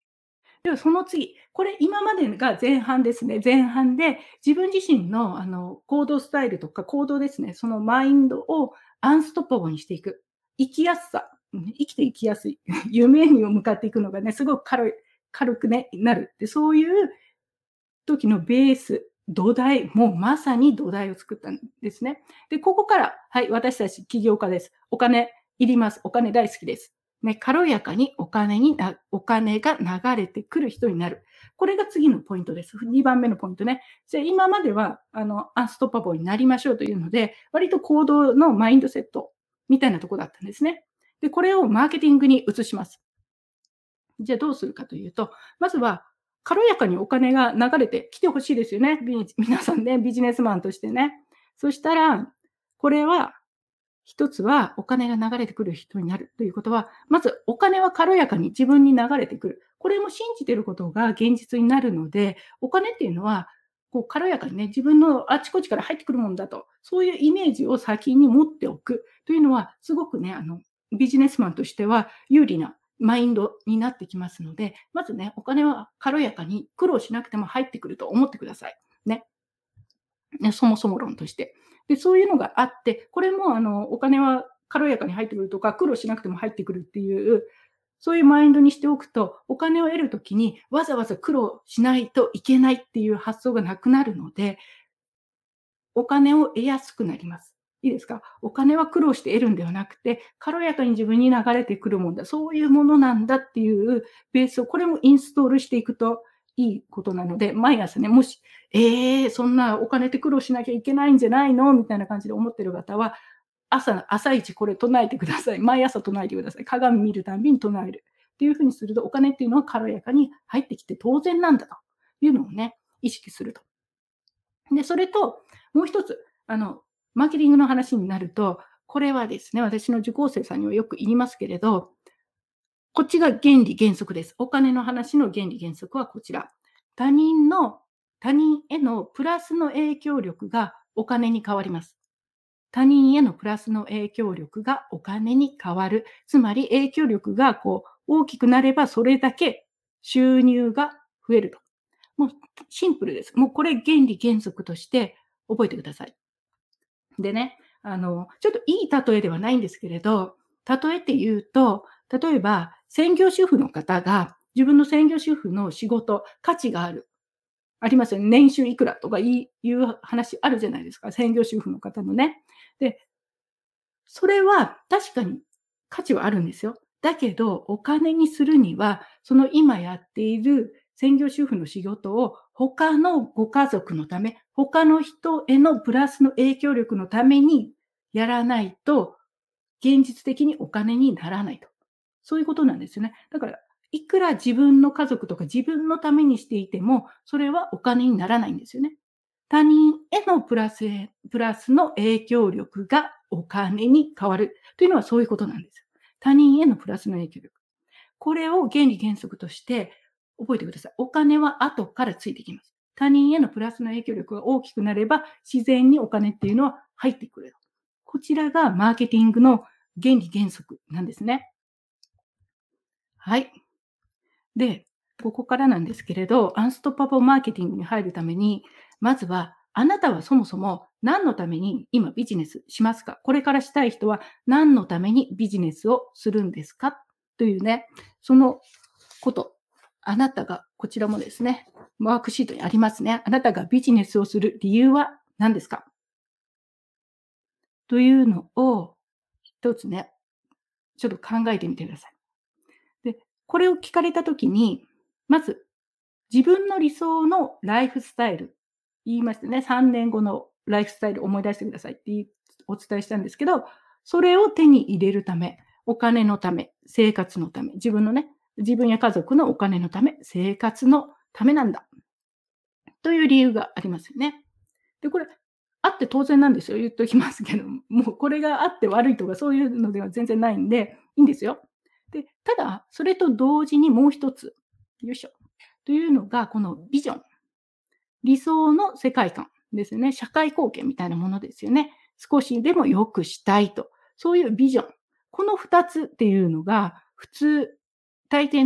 A: ではその次、これ今までが前半ですね。前半で自分自身の行動スタイルとか行動ですね、そのマインドをアンストッパブルにしていく。生きやすさ、生きていきやすい。夢に向かっていくのがね、すごく軽くね、なる。で、そういう時のベース、土台、もうまさに土台を作ったんですね。で、ここから、はい、私たち起業家です。お金いります。お金大好きです。ね、軽やかにお金が流れてくる人になる。これが次のポイントです。2番目のポイントね。じゃあ今までは、アンストッパボーになりましょうというので、割と行動のマインドセットみたいなところだったんですね。で、これをマーケティングに移します。じゃあどうするかというと、まずは軽やかにお金が流れてきてほしいですよね。皆さんね、ビジネスマンとしてね。そしたら、これは一つはお金が流れてくる人になるということは、まずお金は軽やかに自分に流れてくる。これも信じていることが現実になるので、お金っていうのは、こう軽やかにね、自分のあちこちから入ってくるもんだと、そういうイメージを先に持っておくというのは、すごくね、ビジネスマンとしては有利なマインドになってきますので、まずね、お金は軽やかに苦労しなくても入ってくると思ってください。ね。ね、そもそも論として。で、そういうのがあって、これもお金は軽やかに入ってくるとか、苦労しなくても入ってくるっていう、そういうマインドにしておくと、お金を得るときにわざわざ苦労しないといけないっていう発想がなくなるので、お金を得やすくなります。いいですか？お金は苦労して得るんではなくて、軽やかに自分に流れてくるもんだ。そういうものなんだっていうベースを、これもインストールしていくといいことなので、毎朝ね、もし、そんなお金って苦労しなきゃいけないんじゃないのみたいな感じで思ってる方は、朝一これ唱えてください。毎朝唱えてください。鏡見るたんびに唱える。っていうふうにすると、お金っていうのは軽やかに入ってきて当然なんだというのをね、意識すると。で、それと、もう一つ、マーケティングの話になると、これはですね、私の受講生さんにはよく言いますけれど、こっちが原理原則です。お金の話の原理原則はこちら。他人へのプラスの影響力がお金に変わります。他人へのプラスの影響力がお金に変わる。つまり影響力が大きくなればそれだけ収入が増えると。もうシンプルです。もうこれ原理原則として覚えてください。でね、ちょっといい例えではないんですけれど、例えて言うと、例えば専業主婦の方が自分の専業主婦の仕事、価値がある。ありますよね。年収いくらとかいう話あるじゃないですか。専業主婦の方のね。で、それは確かに価値はあるんですよ。だけど、お金にするには、その今やっている専業主婦の仕事を他のご家族のため、他の人へのプラスの影響力のためにやらないと、現実的にお金にならないと。そういうことなんですよね。だから、いくら自分の家族とか自分のためにしていても、それはお金にならないんですよね。他人へのプラスの影響力がお金に変わるというのはそういうことなんです。他人へのプラスの影響力。これを原理原則として覚えてください。お金は後からついてきます。他人へのプラスの影響力が大きくなれば、自然にお金っていうのは入ってくる。こちらがマーケティングの原理原則なんですね。はい。で、ここからなんですけれど、アンストッパブルマーケティングに入るために、まずは、あなたはそもそも何のために今ビジネスしますか？これからしたい人は何のためにビジネスをするんですか？というね、そのこと。あなたが、こちらもですね、ワークシートにありますね。あなたがビジネスをする理由は何ですか？というのを一つね、ちょっと考えてみてください。で、これを聞かれたときに、まず自分の理想のライフスタイル、言いましたね。3年後のライフスタイルを思い出してくださいってお伝えしたんですけど、それを手に入れるため、お金のため、生活のため、自分や家族のお金のため、生活のためなんだ。という理由がありますよね。で、これ、あって当然なんですよ。言っときますけど、もうこれがあって悪いとかそういうのでは全然ないんで、いいんですよ。で、ただ、それと同時にもう一つ、よいしょ。というのが、このビジョン。理想の世界観ですよね。社会貢献みたいなものですよね。少しでも良くしたいと。そういうビジョン。この2つっていうのが、普通、大抵ね、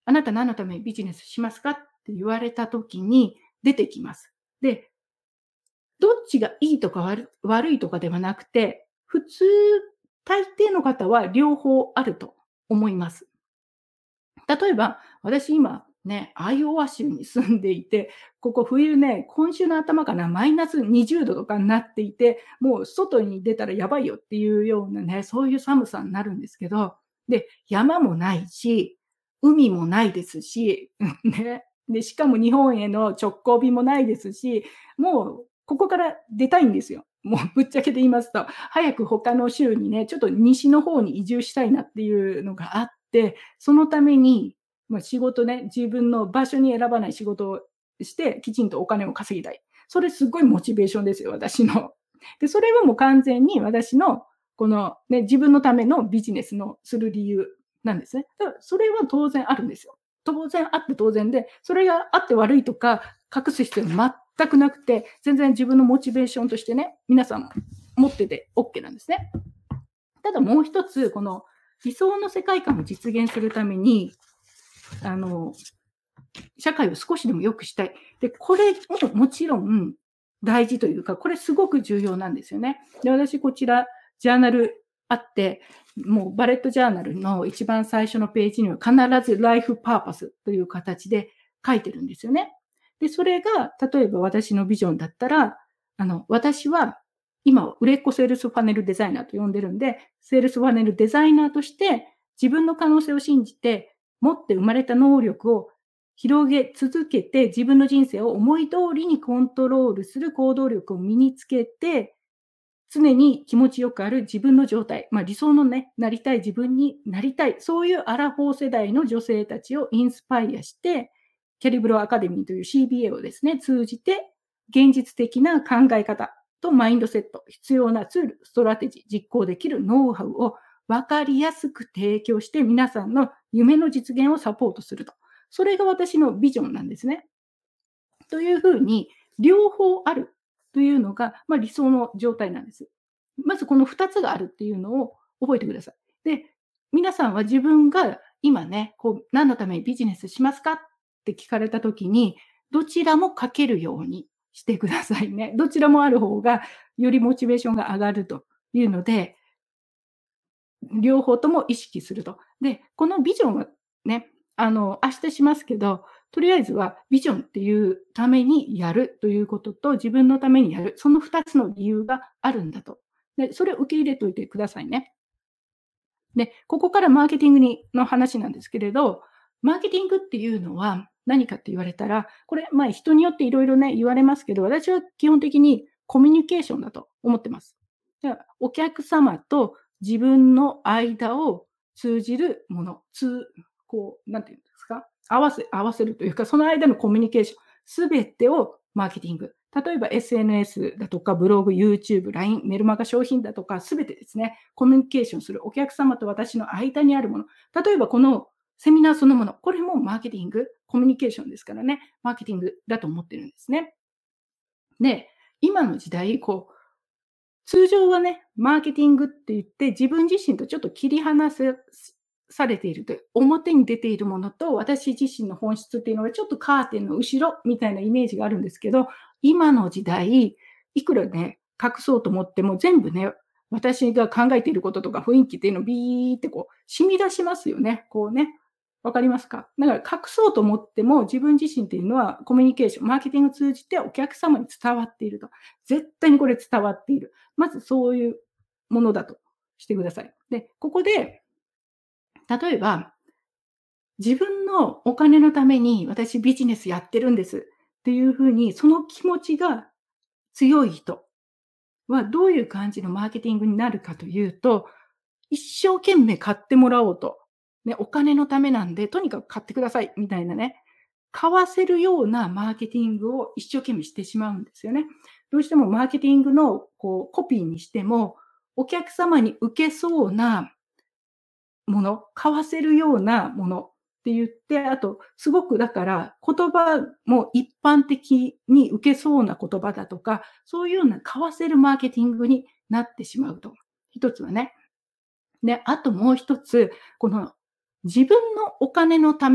A: あなた何のためにビジネスしますかって言われた時に出てきます。で、どっちがいいとか悪いとかではなくて、普通、大抵の方は両方あると思います。例えば、私今ね、アイオワ州に住んでいて、ここ冬ね、今週の頭かな、マイナス20度とかになっていて、もう外に出たらやばいよっていうようなね、そういう寒さになるんですけど、で、山もないし、海もないですし、ね、で、しかも日本への直行便もないですし、もうここから出たいんですよ。もうぶっちゃけて言いますと、早く他の州にね、ちょっと西の方に移住したいなっていうのがあって、そのために、仕事ね、自分の場所に選ばない仕事をして、きちんとお金を稼ぎたい。それすごいモチベーションですよ、私の。で、それはもう完全に私のこのね、自分のためのビジネスのする理由なんですね。だからそれは当然あるんですよ。当然あって当然で、それがあって悪いとか隠す必要は全くなくて、全然自分のモチベーションとしてね、皆さん持ってて OK なんですね。ただもう一つ、この理想の世界観を実現するために、あの、社会を少しでも良くしたい。で、これももちろん大事というか、これすごく重要なんですよね。で、私こちら、ジャーナルあって、もうバレットジャーナルの一番最初のページには必ずライフパーパスという形で書いてるんですよね。で、それが、例えば私のビジョンだったら、私は今、売れっ子セールスファネルデザイナーと呼んでるんで、セールスファネルデザイナーとして自分の可能性を信じて、持って生まれた能力を広げ続けて、自分の人生を思い通りにコントロールする行動力を身につけて、常に気持ちよくある自分の状態、理想のね、なりたい自分になりたい、そういうアラフォー世代の女性たちをインスパイアして、キャリブロアカデミーという CBA をですね、通じて、現実的な考え方とマインドセット、必要なツール、ストラテジー、実行できるノウハウを分かりやすく提供して、皆さんの夢の実現をサポートすると。それが私のビジョンなんですね。というふうに、両方あるというのが、理想の状態なんです。まずこの2つがあるっていうのを覚えてください。で、皆さんは自分が今ね、何のためにビジネスしますかって聞かれたときに、どちらも書けるようにしてくださいね。どちらもある方が、よりモチベーションが上がるというので、両方とも意識すると。で、このビジョンはね、明日しますけど、とりあえずはビジョンっていうためにやるということと、自分のためにやる、その2つの理由があるんだと。で、それを受け入れといてくださいね。で、ここからマーケティングの話なんですけれど、マーケティングっていうのは何かって言われたら、これ、人によっていろいろね、言われますけど、私は基本的にコミュニケーションだと思ってます。だからお客様と自分の間を通じるもの、なんていうんですか、合わせるというか、その間のコミュニケーション、すべてをマーケティング。例えば SNS だとか、ブログ、YouTube、LINE、メルマガ商品だとか、すべてですね、コミュニケーションするお客様と私の間にあるもの。例えばこのセミナーそのもの、これもマーケティング、コミュニケーションですからね、マーケティングだと思ってるんですね。で、今の時代、通常はね、マーケティングって言って、自分自身とちょっと切り離されているという、表に出ているものと私自身の本質っていうのがちょっとカーテンの後ろみたいなイメージがあるんですけど、今の時代、いくらね、隠そうと思っても全部ね、私が考えていることとか雰囲気っていうのをビーって染み出しますよね。わかりますか？だから隠そうと思っても自分自身っていうのはコミュニケーション、マーケティングを通じてお客様に伝わっていると。絶対にこれ伝わっている。まずそういうものだとしてください。で、ここで、例えば、自分のお金のために私ビジネスやってるんですっていうふうに、その気持ちが強い人はどういう感じのマーケティングになるかというと、一生懸命買ってもらおうと。ね、お金のためなんで、とにかく買ってくださいみたいなね、買わせるようなマーケティングを一生懸命してしまうんですよね。どうしてもマーケティングのコピーにしても、お客様に受けそうなもの、買わせるようなものって言って、あと、すごくだから、言葉も一般的に受けそうな言葉だとか、そういうような買わせるマーケティングになってしまうと。一つはね。で、あともう一つ、この自分のお金のため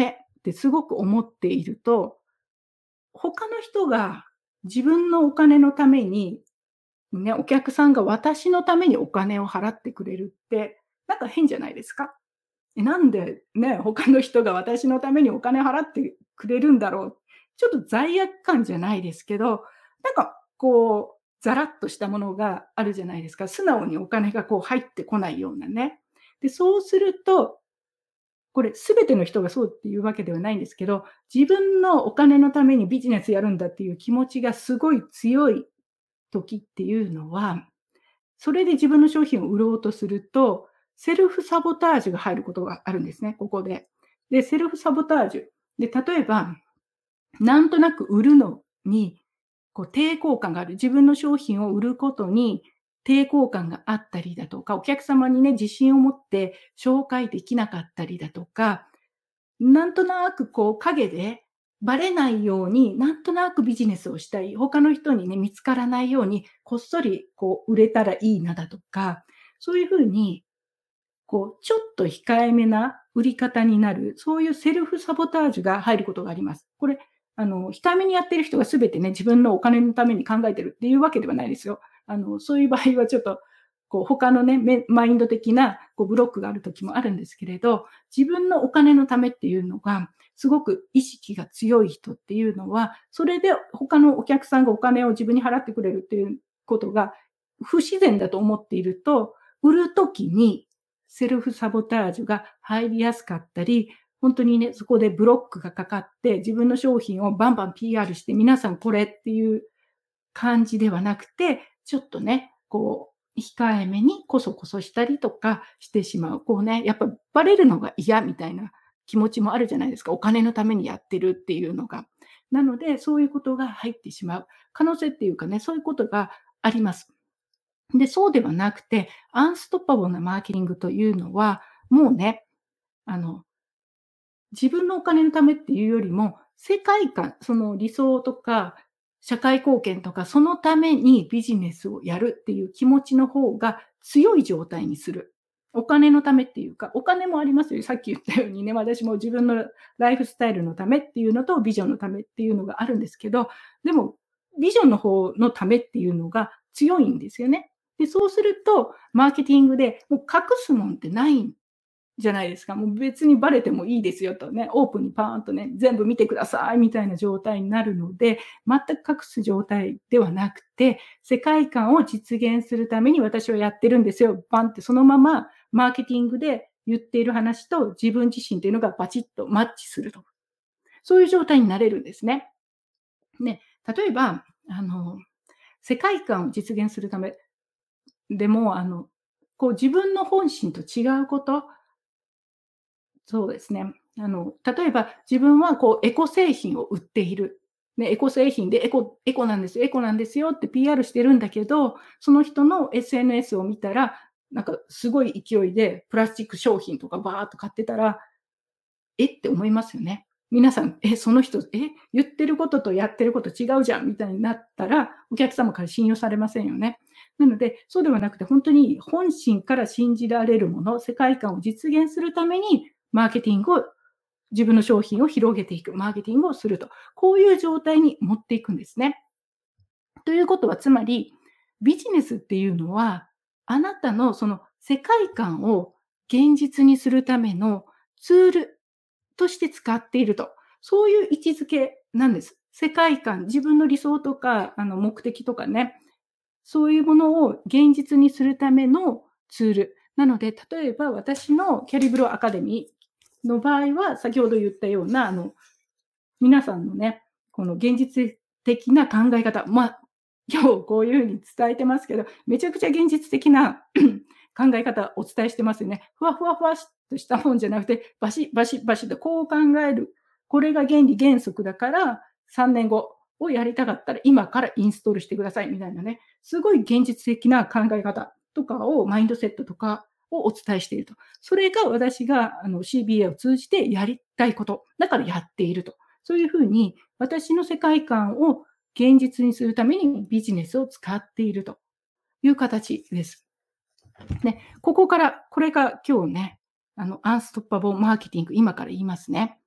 A: ってすごく思っていると、他の人が自分のお金のために、ね、お客さんが私のためにお金を払ってくれるって、なんか変じゃないですか？なんでね、他の人が私のためにお金払ってくれるんだろう。ちょっと罪悪感じゃないですけど、なんかこう、ざらっとしたものがあるじゃないですか。素直にお金がこう入ってこないようなね。で、そうすると、これ全ての人がそうっていうわけではないんですけど、自分のお金のためにビジネスやるんだっていう気持ちがすごい強い時っていうのは、それで自分の商品を売ろうとすると、セルフサボタージュが入ることがあるんですね、ここで。で、セルフサボタージュ。で、例えば、なんとなく売るのに、こう抵抗感がある。自分の商品を売ることに抵抗感があったりだとか、お客様にね、自信を持って紹介できなかったりだとか、なんとなくこう影でバレないように、なんとなくビジネスをしたい、他の人にね、見つからないように、こっそりこう売れたらいいなだとか、そういう風にこう、ちょっと控えめな売り方になる、そういうセルフサボタージュが入ることがあります。これ、控えめにやってる人が全てね、自分のお金のために考えてるっていうわけではないですよ。そういう場合はちょっと、こう、他のね、マインド的な、こう、ブロックがある時もあるんですけれど、自分のお金のためっていうのが、すごく意識が強い人っていうのは、それで他のお客さんがお金を自分に払ってくれるっていうことが不自然だと思っていると、売る時にセルフサボタージュが入りやすかったり、本当にね、そこでブロックがかかって、自分の商品をバンバン PR して、皆さんこれっていう感じではなくて、ちょっとね、こう、控えめにこそこそしたりとかしてしまう。こうね、やっぱバレるのが嫌みたいな気持ちもあるじゃないですか。お金のためにやってるっていうのが。なので、そういうことが入ってしまう可能性っていうかね、そういうことがあります。で、そうではなくて、アンストッパブルなマーケティングというのは、もうね、あの、自分のお金のためっていうよりも、世界観、その理想とか、社会貢献とか、そのためにビジネスをやるっていう気持ちの方が強い状態にする。お金のためっていうか、お金もありますよ。さっき言ったようにね、私も自分のライフスタイルのためっていうのと、ビジョンのためっていうのがあるんですけど、でも、ビジョンの方のためっていうのが強いんですよね。で、そうすると、マーケティングでもう隠すもんってないじゃないですか。もう別にバレてもいいですよとね、オープンにパーンとね、全部見てくださいみたいな状態になるので、全く隠す状態ではなくて、世界観を実現するために私はやってるんですよ。バンってそのままマーケティングで言っている話と自分自身というのがバチッとマッチすると。そういう状態になれるんですね。ね、例えば、世界観を実現するためでも、こう自分の本心と違うこと、そうですね。例えば自分はこうエコ製品を売っている。ね、エコ製品でエコなんですよ、エコなんですよって PR してるんだけど、その人の SNS を見たら、なんかすごい勢いでプラスチック商品とかバーっと買ってたら、えって思いますよね。皆さん、その人、言ってることとやってること違うじゃんみたいになったら、お客様から信用されませんよね。なので、そうではなくて、本当に本心から信じられるもの、世界観を実現するために、マーケティングを、自分の商品を広げていく、マーケティングをすると。こういう状態に持っていくんですね。ということは、つまり、ビジネスっていうのは、あなたのその世界観を現実にするためのツールとして使っていると。そういう位置づけなんです。世界観、自分の理想とか、目的とかね、そういうものを現実にするためのツール。なので、例えば私のキャリブロアカデミーの場合は、先ほど言ったような、皆さんのね、この現実的な考え方、今日こういうふうに伝えてますけど、めちゃくちゃ現実的な考え方お伝えしてますよね。ふわふわふわっとしたもんじゃなくて、バシバシバシとこう考える。これが原理原則だから、3年後をやりたかったら今からインストールしてくださいみたいなね、すごい現実的な考え方とかを、マインドセットとかをお伝えしていると。それが私がCBA を通じてやりたいこと。だからやっていると。そういうふうに私の世界観を現実にするためにビジネスを使っているという形です。ね、これが今日ね、アンストッパボーマーケティング、今から言いますね。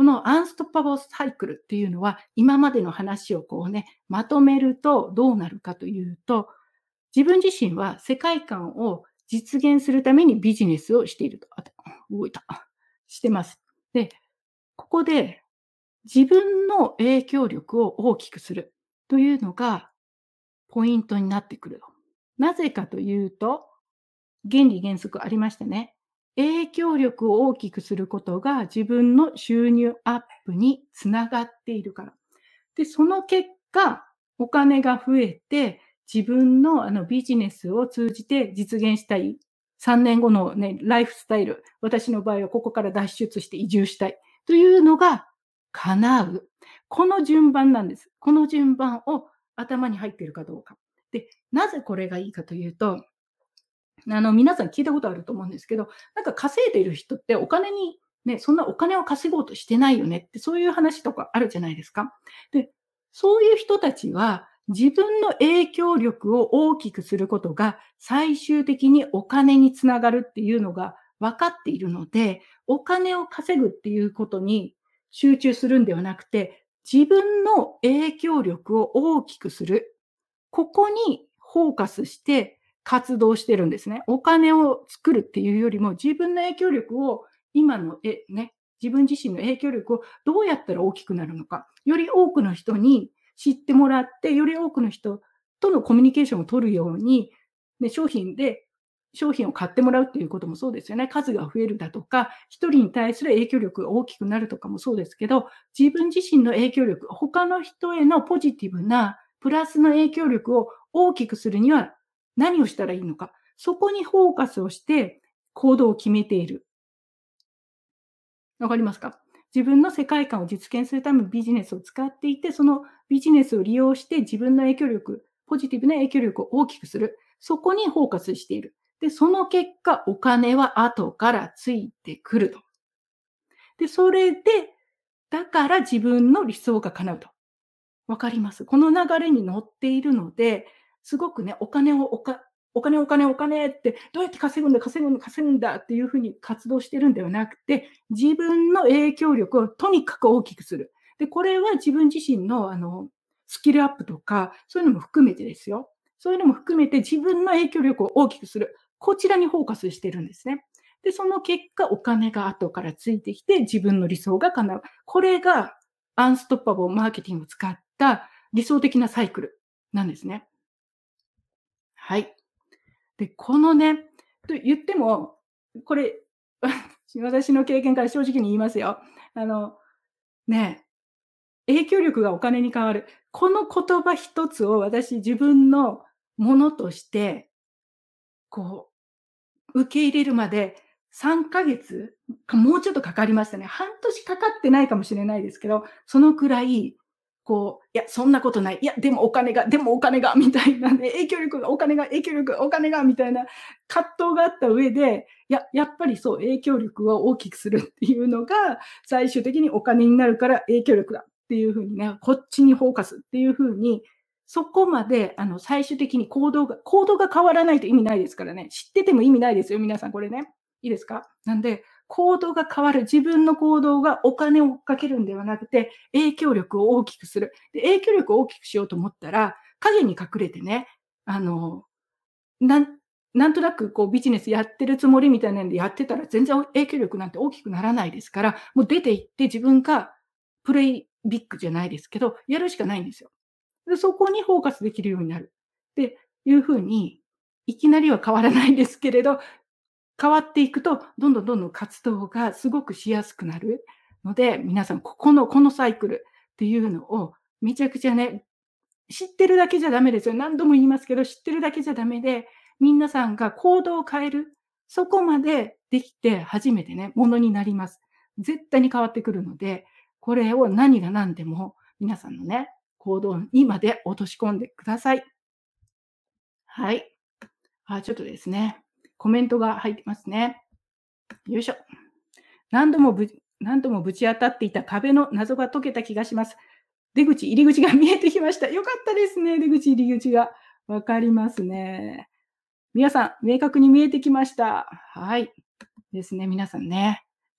A: このアンストッパボーサイクルっていうのは、今までの話をこうね、まとめるとどうなるかというと、自分自身は世界観を実現するためにビジネスをしていると。動いた。してます。で、ここで自分の影響力を大きくするというのがポイントになってくる。なぜかというと、原理原則ありましたね。影響力を大きくすることが自分の収入アップにつながっているから。で、その結果、お金が増えて、自分のビジネスを通じて実現したい3年後のね、ライフスタイル、私の場合はここから脱出して移住したいというのが叶う。この順番なんです。この順番を頭に入っているかどうか。で、なぜこれがいいかというと、皆さん聞いたことあると思うんですけど、なんか稼いでいる人ってお金に、ね、そんなお金を稼ごうとしてないよねって、そういう話とかあるじゃないですか。で、そういう人たちは、自分の影響力を大きくすることが、最終的にお金につながるっていうのが分かっているので、お金を稼ぐっていうことに集中するんではなくて、自分の影響力を大きくする。ここにフォーカスして活動してるんですね。お金を作るっていうよりも、自分の影響力を今の自分自身の影響力をどうやったら大きくなるのか、より多くの人に知ってもらって、より多くの人とのコミュニケーションを取るように、ね、商品を買ってもらうっていうこともそうですよね。数が増えるだとか、一人に対する影響力が大きくなるとかもそうですけど、自分自身の影響力、他の人へのポジティブなプラスの影響力を大きくするには何をしたらいいのか。そこにフォーカスをして行動を決めている。わかりますか？自分の世界観を実現するためにビジネスを使っていて、そのビジネスを利用して自分の影響力、ポジティブな影響力を大きくする。そこにフォーカスしている。で、その結果、お金は後からついてくると。で、それで、だから自分の理想が叶うと。わかります。この流れに乗っているので、すごくね、お金って、どうやって稼ぐんだっていうふうに活動してるんではなくて、自分の影響力をとにかく大きくする。で、これは自分自身のスキルアップとか、そういうのも含めてですよ。そういうのも含めて自分の影響力を大きくする。こちらにフォーカスしてるんですね。で、その結果、お金が後からついてきて、自分の理想が叶う。これがアンストッパブルマーケティングを使った理想的なサイクルなんですね。はい。で、このね、と言っても、これ、私の経験から正直に言いますよ。あの、ね、影響力がお金に変わる。この言葉一つを私自分のものとして、こ受け入れるまで3ヶ月もうちょっとかかりましたね。半年かかってないかもしれないですけど、そのくらい、いや、そんなことない。いや、でもお金がみたいなね、影響力、お金がみたいな葛藤があった上で、やっぱりそう、影響力を大きくするっていうのが、最終的にお金になるから影響力だっていう風にね、こっちにフォーカスっていう風にそこまで、最終的に行動が変わらないと意味ないですからね。知ってても意味ないですよ、皆さんこれね。いいですか？なんで、行動が変わる、自分の行動がお金を追っかけるんではなくて、影響力を大きくする。で、影響力を大きくしようと思ったら、影に隠れてね、あの、なんなんとなくビジネスやってるつもりみたいなんでやってたら、全然影響力なんて大きくならないですから、もう出て行って自分がプレイビッグじゃないですけど、やるしかないんですよ。で、そこにフォーカスできるようになる。っていう風に、いきなりは変わらないんですけれど、変わっていくと、どんどん活動がすごくしやすくなるので、皆さんこのサイクルっていうのをめちゃくちゃね、知ってるだけじゃダメですよ。何度も言いますけど、知ってるだけじゃダメで、皆さんが行動を変える、そこまでできて初めてね、ものになります。絶対に変わってくるので、これを何が何でも皆さんのね、行動にまで落とし込んでください。はい。ちょっとですね、コメントが入ってますね。よいしょ。何度もぶち当たっていた壁の謎が解けた気がします。入り口が見えてきました。よかったですね、入り口が。わかりますね。皆さん、明確に見えてきました。はい。ですね、皆さんね。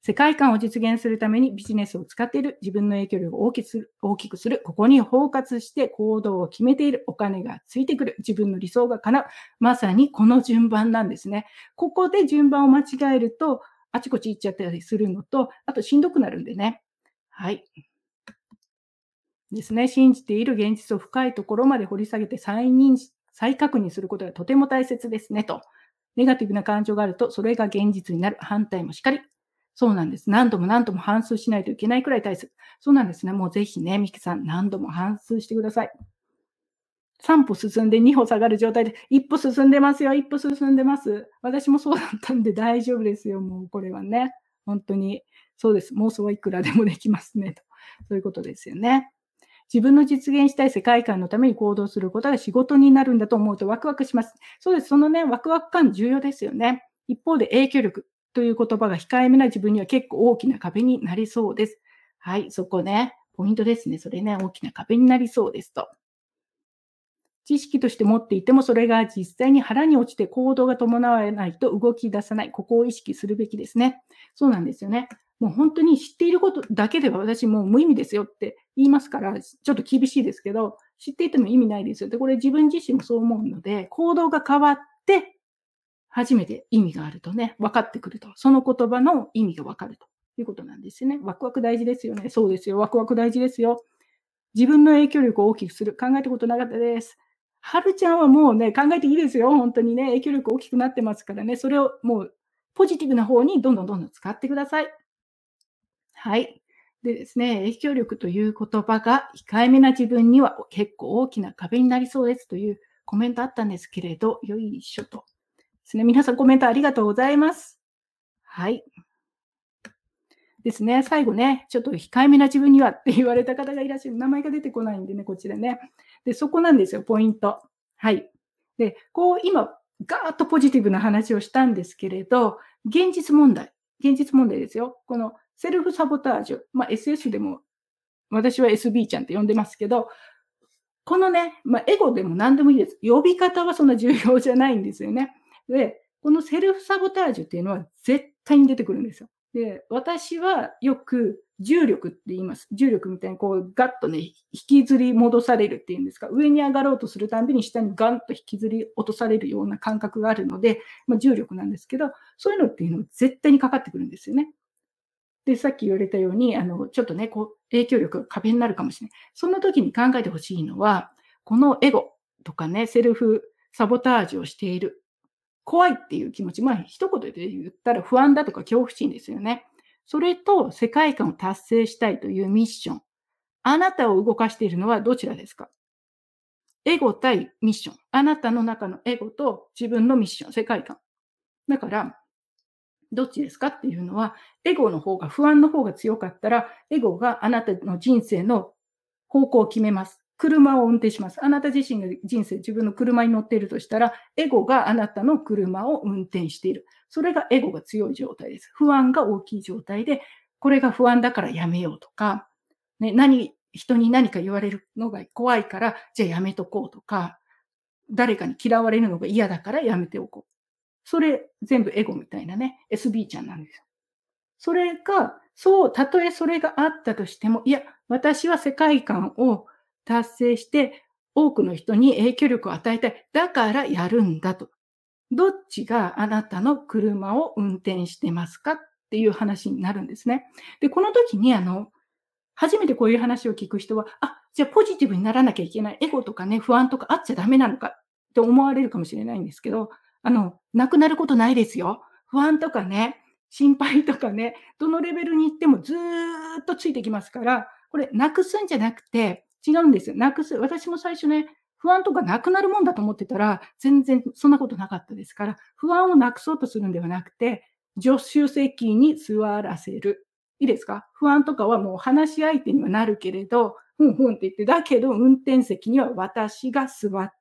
A: 世界観を実現するためにビジネスを使っている、自分の影響力を大きくする、ここにフォーカスして行動を決めている、お金がついてくる、自分の理想が叶う。まさにこの順番なんですね。ここで順番を間違えると、あちこち行っちゃったりするのと、あとしんどくなるんでね。はい。ですね。信じている現実を深いところまで掘り下げて再確認することがとても大切ですねと。ネガティブな感情があると、それが現実になる。反対もしかり。そうなんです。何度も何度も反芻しないといけないくらい大切。そうなんですね。もうぜひね、ミキさん、何度も反芻してください。3歩進んで2歩下がる状態で、1歩進んでますよ、1歩進んでます。私もそうだったんで大丈夫ですよ、もうこれはね。本当に。そうです。妄想はいくらでもできますねと。そういうことですよね。自分の実現したい世界観のために行動することが仕事になるんだと思うとワクワクします。そうです。そのね、ワクワク感重要ですよね。一方で影響力という言葉が控えめな自分には結構大きな壁になりそうです。はい、そこね、ポイントですね。それね、大きな壁になりそうですと。知識として持っていても、それが実際に腹に落ちて行動が伴わないと動き出さない。ここを意識するべきですね。そうなんですよね。もう本当に知っていることだけでは私もう無意味ですよって言いますから、ちょっと厳しいですけど、知っていても意味ないですよ。で、これ自分自身もそう思うので、行動が変わって初めて意味があるとね、分かってくると。その言葉の意味が分かるということなんですよね。ワクワク大事ですよね。そうですよ。ワクワク大事ですよ。自分の影響力を大きくする。考えたことなかったです。はるちゃんはもうね、考えていいですよ。本当にね、影響力大きくなってますからね。それをもうポジティブな方にどんどんどんどん使ってください。はい。でですね、影響力という言葉が控えめな自分には結構大きな壁になりそうですというコメントあったんですけれど、よいしょと。ですね、皆さんコメントありがとうございます。はい。ですね。最後ね、ちょっと控えめな自分にはって言われた方がいらっしゃる。名前が出てこないんでね、こちらね。で、そこなんですよ、ポイント。はい。で、こう今、ガーッとポジティブな話をしたんですけれど、現実問題ですよ。このセルフサボタージュ、SS でも、私は SB ちゃんって呼んでますけど、このね、エゴでも何でもいいです。呼び方はそんな重要じゃないんですよね。で、このセルフサボタージュっていうのは絶対に出てくるんですよ。で、私はよく重力って言います。重力みたいにこうガッとね、引きずり戻されるっていうんですか、上に上がろうとするたんびに下にガンと引きずり落とされるような感覚があるので、重力なんですけど、そういうのっていうのは絶対にかかってくるんですよね。で、さっき言われたように、ちょっとね、こう、影響力が壁になるかもしれない。そんな時に考えてほしいのは、このエゴとかね、セルフサボタージュをしている、怖いっていう気持ち、一言で言ったら不安だとか恐怖心ですよね。それと世界観を達成したいというミッション。あなたを動かしているのはどちらですか？エゴ対ミッション。あなたの中のエゴと自分のミッション、世界観。だから、どっちですかっていうのは、エゴの方が、不安の方が強かったら、エゴがあなたの人生の方向を決めます。車を運転します。あなた自身が人生、自分の車に乗っているとしたら、エゴがあなたの車を運転している。それがエゴが強い状態です。不安が大きい状態で、これが不安だからやめようとか、ね、人に何か言われるのが怖いから、じゃあやめとこうとか、誰かに嫌われるのが嫌だからやめておこう。それ全部エゴみたいなね、SB ちゃんなんですよ。それが、たとえそれがあったとしても、いや、私は世界観を達成して、多くの人に影響力を与えたい。だからやるんだと。どっちがあなたの車を運転してますかっていう話になるんですね。で、この時に初めてこういう話を聞く人は、じゃあポジティブにならなきゃいけない。エゴとかね、不安とかあっちゃダメなのかって思われるかもしれないんですけど、なくなることないですよ。不安とかね、心配とかね、どのレベルに行ってもずっとついてきますから、これなくすんじゃなくて、違うんですよ。私も最初ね、不安とかなくなるもんだと思ってたら、全然そんなことなかったですから、不安をなくそうとするんではなくて、助手席に座らせる。いいですか？不安とかはもう話し相手にはなるけれど、ふんふんって言って、だけど運転席には私が座って、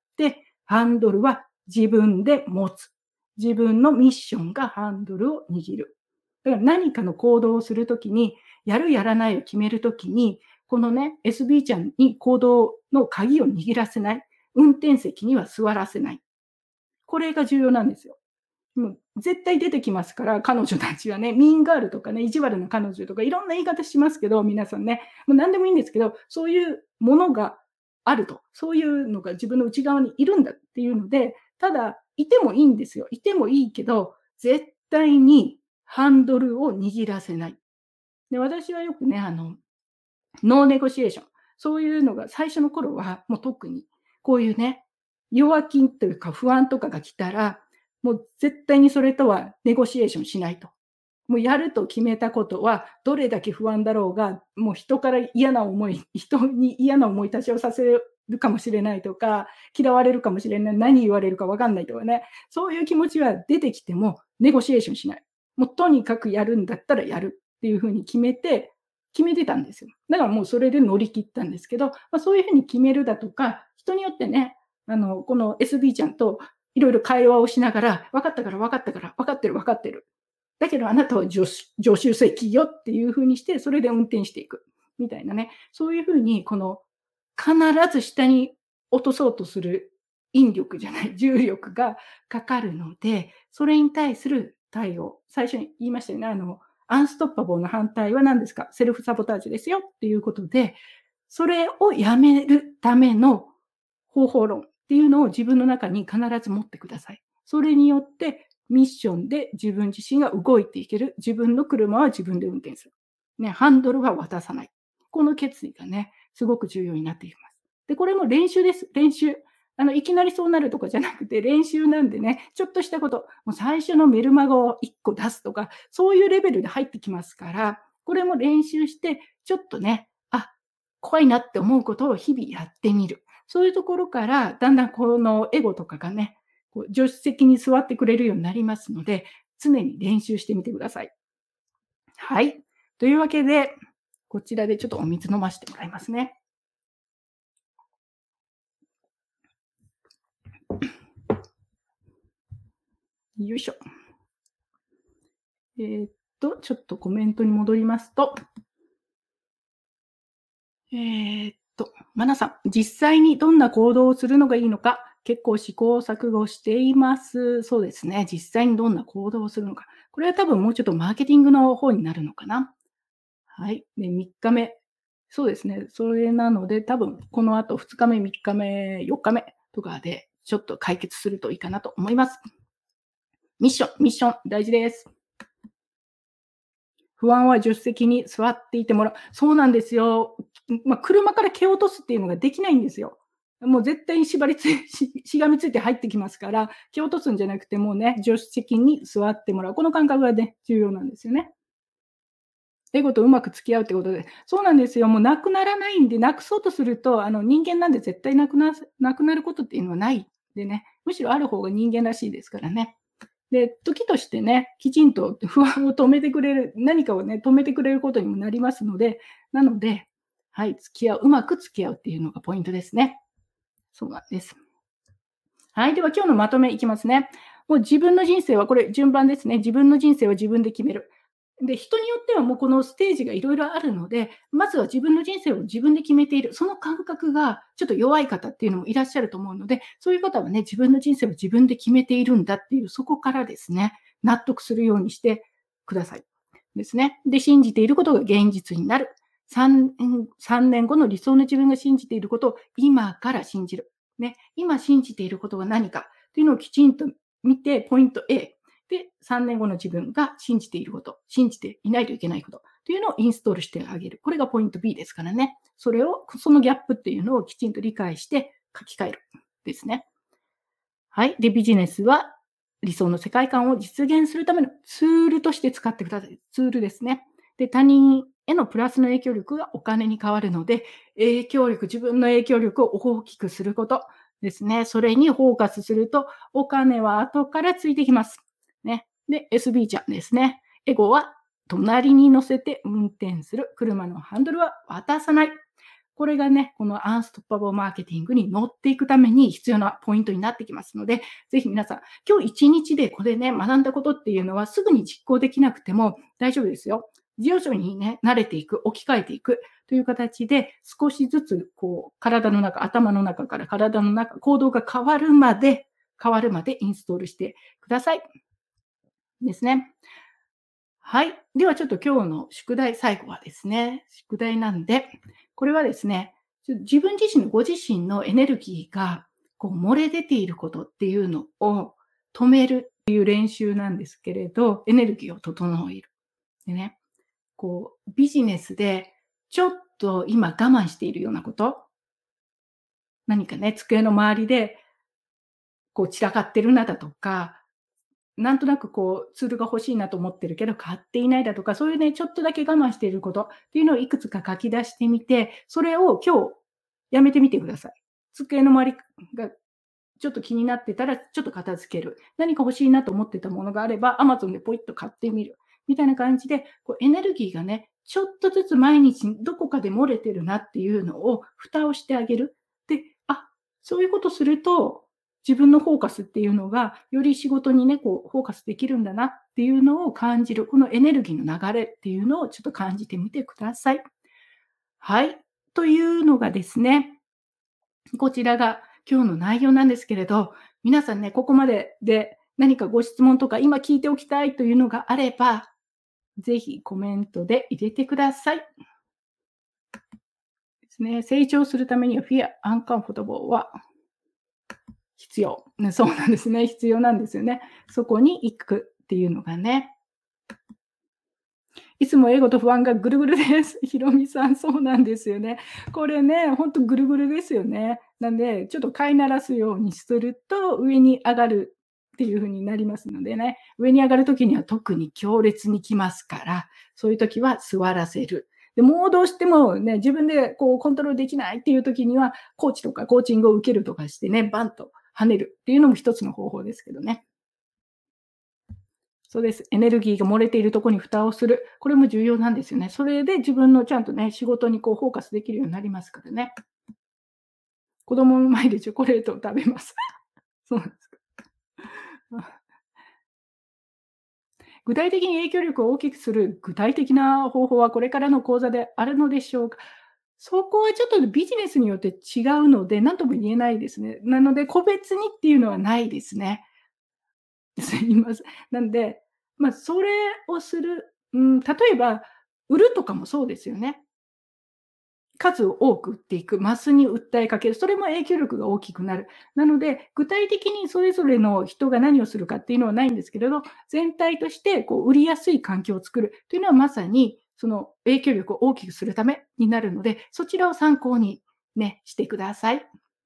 A: ハンドルは自分で持つ。自分のミッションがハンドルを握る。だから何かの行動をするときに、やるやらないを決めるときに、このね、SB ちゃんに行動の鍵を握らせない。運転席には座らせない。これが重要なんですよ。 もう絶対出てきますから、彼女たちはね、ミーンガールとかね、意地悪な彼女とかいろんな言い方しますけど、皆さんね、もう何でもいいんですけど、そういうものがあると、そういうのが自分の内側にいるんだっていうので、ただ、いてもいいんですよ。いてもいいけど、絶対にハンドルを握らせない。で、私はよくね、ノーネゴシエーション。そういうのが最初の頃は、もう特に、こういうね、弱気というか不安とかが来たら、もう絶対にそれとはネゴシエーションしないと。もうやると決めたことは、どれだけ不安だろうが、もう人から嫌な思い、人に嫌な思い多少させるかもしれないとか、嫌われるかもしれない、何言われるか分かんないとかね、そういう気持ちは出てきても、ネゴシエーションしない。もうとにかくやるんだったらやるっていうふうに決めてたんですよ。だからもうそれで乗り切ったんですけど、そういうふうに決めるだとか、人によってね、この SB ちゃんといろいろ会話をしながら、分かったから分かったから、分かってる分かってる。だけどあなたは助手席よっていうふうにして、それで運転していく。みたいなね。そういうふうに、必ず下に落とそうとする引力じゃない、重力がかかるので、それに対する対応。最初に言いましたよね。アンストッパボーの反対は何ですか？セルフサボタージュですよっていうことで、それをやめるための方法論っていうのを自分の中に必ず持ってください。それによってミッションで自分自身が動いていける。自分の車は自分で運転する。ね、ハンドルは渡さない。この決意がね、すごく重要になっていきます。で、これも練習です。練習。いきなりそうなるとかじゃなくて、練習なんでね、ちょっとしたこと、もう最初のメルマガを1個出すとか、そういうレベルで入ってきますから、これも練習して、ちょっとね、怖いなって思うことを日々やってみる。そういうところから、だんだんこのエゴとかがね、助手席に座ってくれるようになりますので、常に練習してみてください。はい。というわけで、こちらでちょっとお水飲ませてもらいますね。よいしょ。ちょっとコメントに戻りますと、マナさん、実際にどんな行動をするのがいいのか、結構試行錯誤しています。そうですね。実際にどんな行動をするのか。これは多分もうちょっとマーケティングの方になるのかな。はい。で、3日目。そうですね。それなので、多分この後2日目、3日目、4日目とかでちょっと解決するといいかなと思います。ミッション、大事です。不安は助手席に座っていてもらう。そうなんですよ。車から蹴落とすっていうのができないんですよ。もう絶対にしがみついて入ってきますから、蹴落とすんじゃなくて、もうね、助手席に座ってもらう。この感覚がね、重要なんですよね。エゴとうまく付き合うってことで。そうなんですよ。もうなくならないんで、なくそうとすると、人間なんで絶対なくなることっていうのはないでね、むしろある方が人間らしいですからね。で、時としてね、きちんと不安を止めてくれる、何かをね、止めてくれることにもなりますので、なので、はい、うまく付き合うっていうのがポイントですね。そうなんです。はい、では今日のまとめいきますね。もう自分の人生はこれ順番ですね。自分の人生は自分で決める。で、人によってはもうこのステージがいろいろあるので、まずは自分の人生を自分で決めている。その感覚がちょっと弱い方っていうのもいらっしゃると思うので、そういう方はね、自分の人生を自分で決めているんだっていう、そこからですね、納得するようにしてください。ですね。で、信じていることが現実になる。3年後の理想の自分が信じていることを今から信じる。ね、今信じていることは何かというのをきちんと見て、ポイント A。で、3年後の自分が信じていること、信じていないといけないことというのをインストールしてあげる。これがポイント B ですからね。そのギャップっていうのをきちんと理解して書き換える。ですね。はい。で、ビジネスは理想の世界観を実現するためのツールとして使ってください。ツールですね。で、他人へのプラスの影響力がお金に変わるので、自分の影響力を大きくすることですね。それにフォーカスすると、お金は後からついてきます。ね。で、SB ちゃんですね。エゴは隣に乗せて運転する。車のハンドルは渡さない。これがね、このアンストッパブルマーケティングに乗っていくために必要なポイントになってきますので、ぜひ皆さん、今日一日でこれね、学んだことっていうのはすぐに実行できなくても大丈夫ですよ。徐々にね、慣れていく、置き換えていくという形で、少しずつ、体の中、頭の中から体の中、行動が変わるまでインストールしてください。 ですね。はい。ではちょっと今日の宿題、最後はですね、宿題なんで、これはですね、自分自身のご自身のエネルギーがこう漏れ出ていることっていうのを止めるっていう練習なんですけれど、エネルギーを整える。でね、こうビジネスでちょっと今我慢しているようなこと、何かね、机の周りでこう散らかってるなだとか、なんとなくこうツールが欲しいなと思ってるけど買っていないだとか、そういうね、ちょっとだけ我慢していることっていうのをいくつか書き出してみて、それを今日やめてみてください。机の周りがちょっと気になってたら、ちょっと片付ける。何か欲しいなと思ってたものがあれば、Amazon でポイッと買ってみる。みたいな感じで、こうエネルギーがね、ちょっとずつ毎日どこかで漏れてるなっていうのを蓋をしてあげる。で、そういうことすると、自分のフォーカスっていうのが、より仕事にね、こうフォーカスできるんだなっていうのを感じる。このエネルギーの流れっていうのをちょっと感じてみてください。はい。というのがですね、こちらが今日の内容なんですけれど、皆さんね、ここまでで何かご質問とか今聞いておきたいというのがあれば、ぜひコメントで入れてください。ですね、成長するためには Fear Uncomfortable は必要。ね、そうなんですね。必要なんですよね。そこに行くっていうのがね。いつもエゴと不安がぐるぐるです。ひろみさん、そうなんですよね。これね、ほんとぐるぐるですよね。なんで、ちょっと飼いならすようにすると、上に上がるっていう風になりますのでね。上に上がる時には特に強烈にきますから、そういう時は座らせる。で、もうどうしてもね、自分でこうコントロールできないっていう時には、コーチとかコーチングを受けるとかしてね、バンと跳ねるっていうのも一つの方法ですけどね。そうです。エネルギーが漏れているところに蓋をする。これも重要なんですよね。それで自分のちゃんとね、仕事にこうフォーカスできるようになりますからね。子供の前でチョコレートを食べます。そうなんですか。具体的に影響力を大きくする具体的な方法はこれからの講座であるのでしょうか。そこはちょっとビジネスによって違うので、何とも言えないですね。なので、個別にっていうのはないですね。すいません。なんで、それをする、例えば、売るとかもそうですよね。数を多く売っていく、マスに訴えかける、それも影響力が大きくなる。なので、具体的にそれぞれの人が何をするかっていうのはないんですけれど、全体としてこう売りやすい環境を作るというのはまさにその影響力を大きくするためになるので、そちらを参考にね、してください。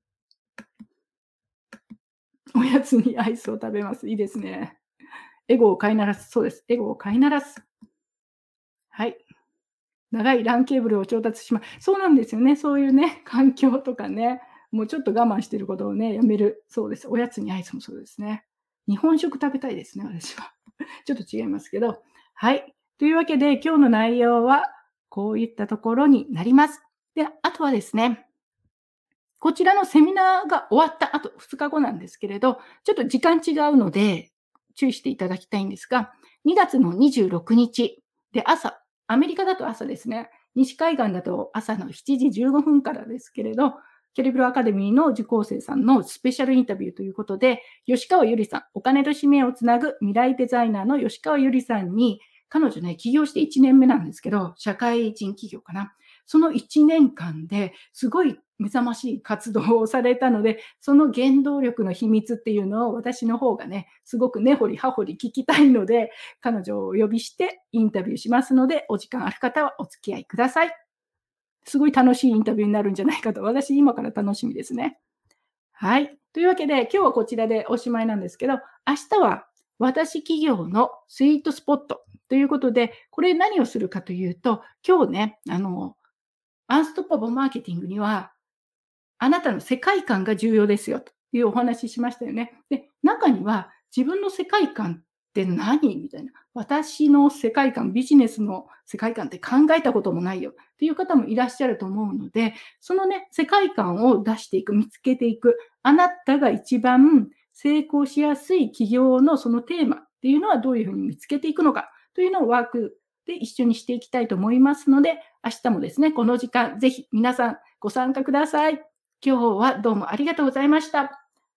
A: おやつにアイスを食べます。いいですね。エゴを飼いならす。そうです。エゴを飼いならす。はい。長い LAN ケーブルを調達しそうなんですよね。そういうね、環境とかね、もうちょっと我慢してることをね、やめる。そうです。おやつにアイスもそうですね。日本食食べたいですね、私は。ちょっと違いますけど。はい。というわけで、今日の内容はこういったところになります。で、あとはですね、こちらのセミナーが終わった後、2日後なんですけれど、ちょっと時間違うので、注意していただきたいんですが、2月の26日で朝、アメリカだと朝ですね、西海岸だと朝の7時15分からですけれど、キャリブロアカデミーの受講生さんのスペシャルインタビューということで、吉川ゆりさん、お金と使命をつなぐ未来デザイナーの吉川ゆりさんに、彼女ね、起業して1年目なんですけど、社会人企業かな。その1年間ですごい目覚ましい活動をされたので、その原動力の秘密っていうのを私の方がね、すごく根掘り葉掘り聞きたいので、彼女をお呼びしてインタビューしますので、お時間ある方はお付き合いください。すごい楽しいインタビューになるんじゃないかと、私今から楽しみですね。はい。というわけで、今日はこちらでおしまいなんですけど、明日は私企業のスイートスポットということで、これ何をするかというと、今日ね、アンストッパブルマーケティングにはあなたの世界観が重要ですよというお話ししましたよね。で、中には自分の世界観って何みたいな。私の世界観、ビジネスの世界観って考えたこともないよっていう方もいらっしゃると思うので、そのね、世界観を出していく、見つけていく。あなたが一番成功しやすい企業のそのテーマっていうのはどういうふうに見つけていくのかというのをワークで一緒にしていきたいと思いますので、明日もですね、この時間、ぜひ皆さんご参加ください。今日はどうもありがとうございました。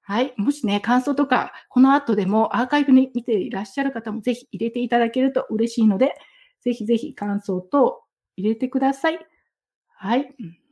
A: はい。もしね、感想とか、この後でもアーカイブに見ていらっしゃる方もぜひ入れていただけると嬉しいので、ぜひぜひ感想等入れてください。はい。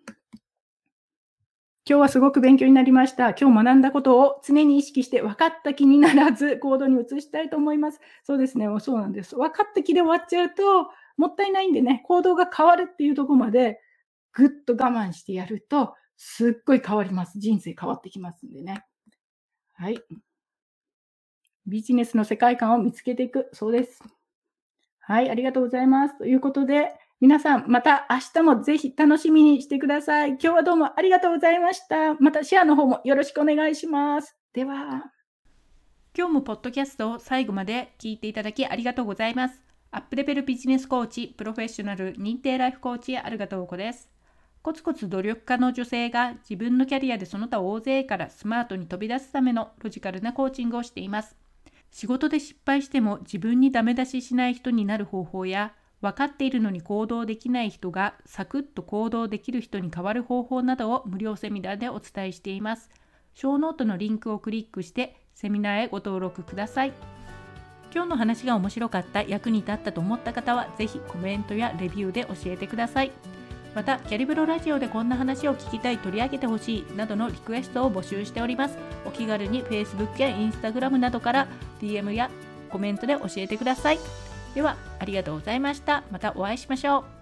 A: 今日はすごく勉強になりました。今日学んだことを常に意識して分かった気にならず行動に移したいと思います。そうですね、そうなんです。分かった気で終わっちゃうともったいないんでね、行動が変わるっていうところまでぐっと我慢してやるとすっごい変わります。人生変わってきますんでね。はい。ビジネスの世界観を見つけていく。そうです。はい、ありがとうございます。ということで、皆さんまた明日もぜひ楽しみにしてください。今日はどうもありがとうございました。またシェアの方もよろしくお願いします。では。今日もポッドキャストを最後まで聞いていただきありがとうございます。アップレベルビジネスコーチ、プロフェッショナル認定ライフコーチ、あるがとうこです。コツコツ努力家の女性が自分のキャリアでその他大勢からスマートに飛び出すためのロジカルなコーチングをしています。仕事で失敗しても自分にダメ出ししない人になる方法や、分かっているのに行動できない人がサクッと行動できる人に変わる方法などを無料セミナーでお伝えしています。ショーノートのリンクをクリックしてセミナーへご登録ください。今日の話が面白かった、役に立ったと思った方はぜひコメントやレビューで教えてください。またキャリブロラジオでこんな話を聞きたい、取り上げてほしいなどのリクエストを募集しております。お気軽に Facebook や Instagram などから DM やコメントで教えてください。ではありがとうございました。またお会いしましょう。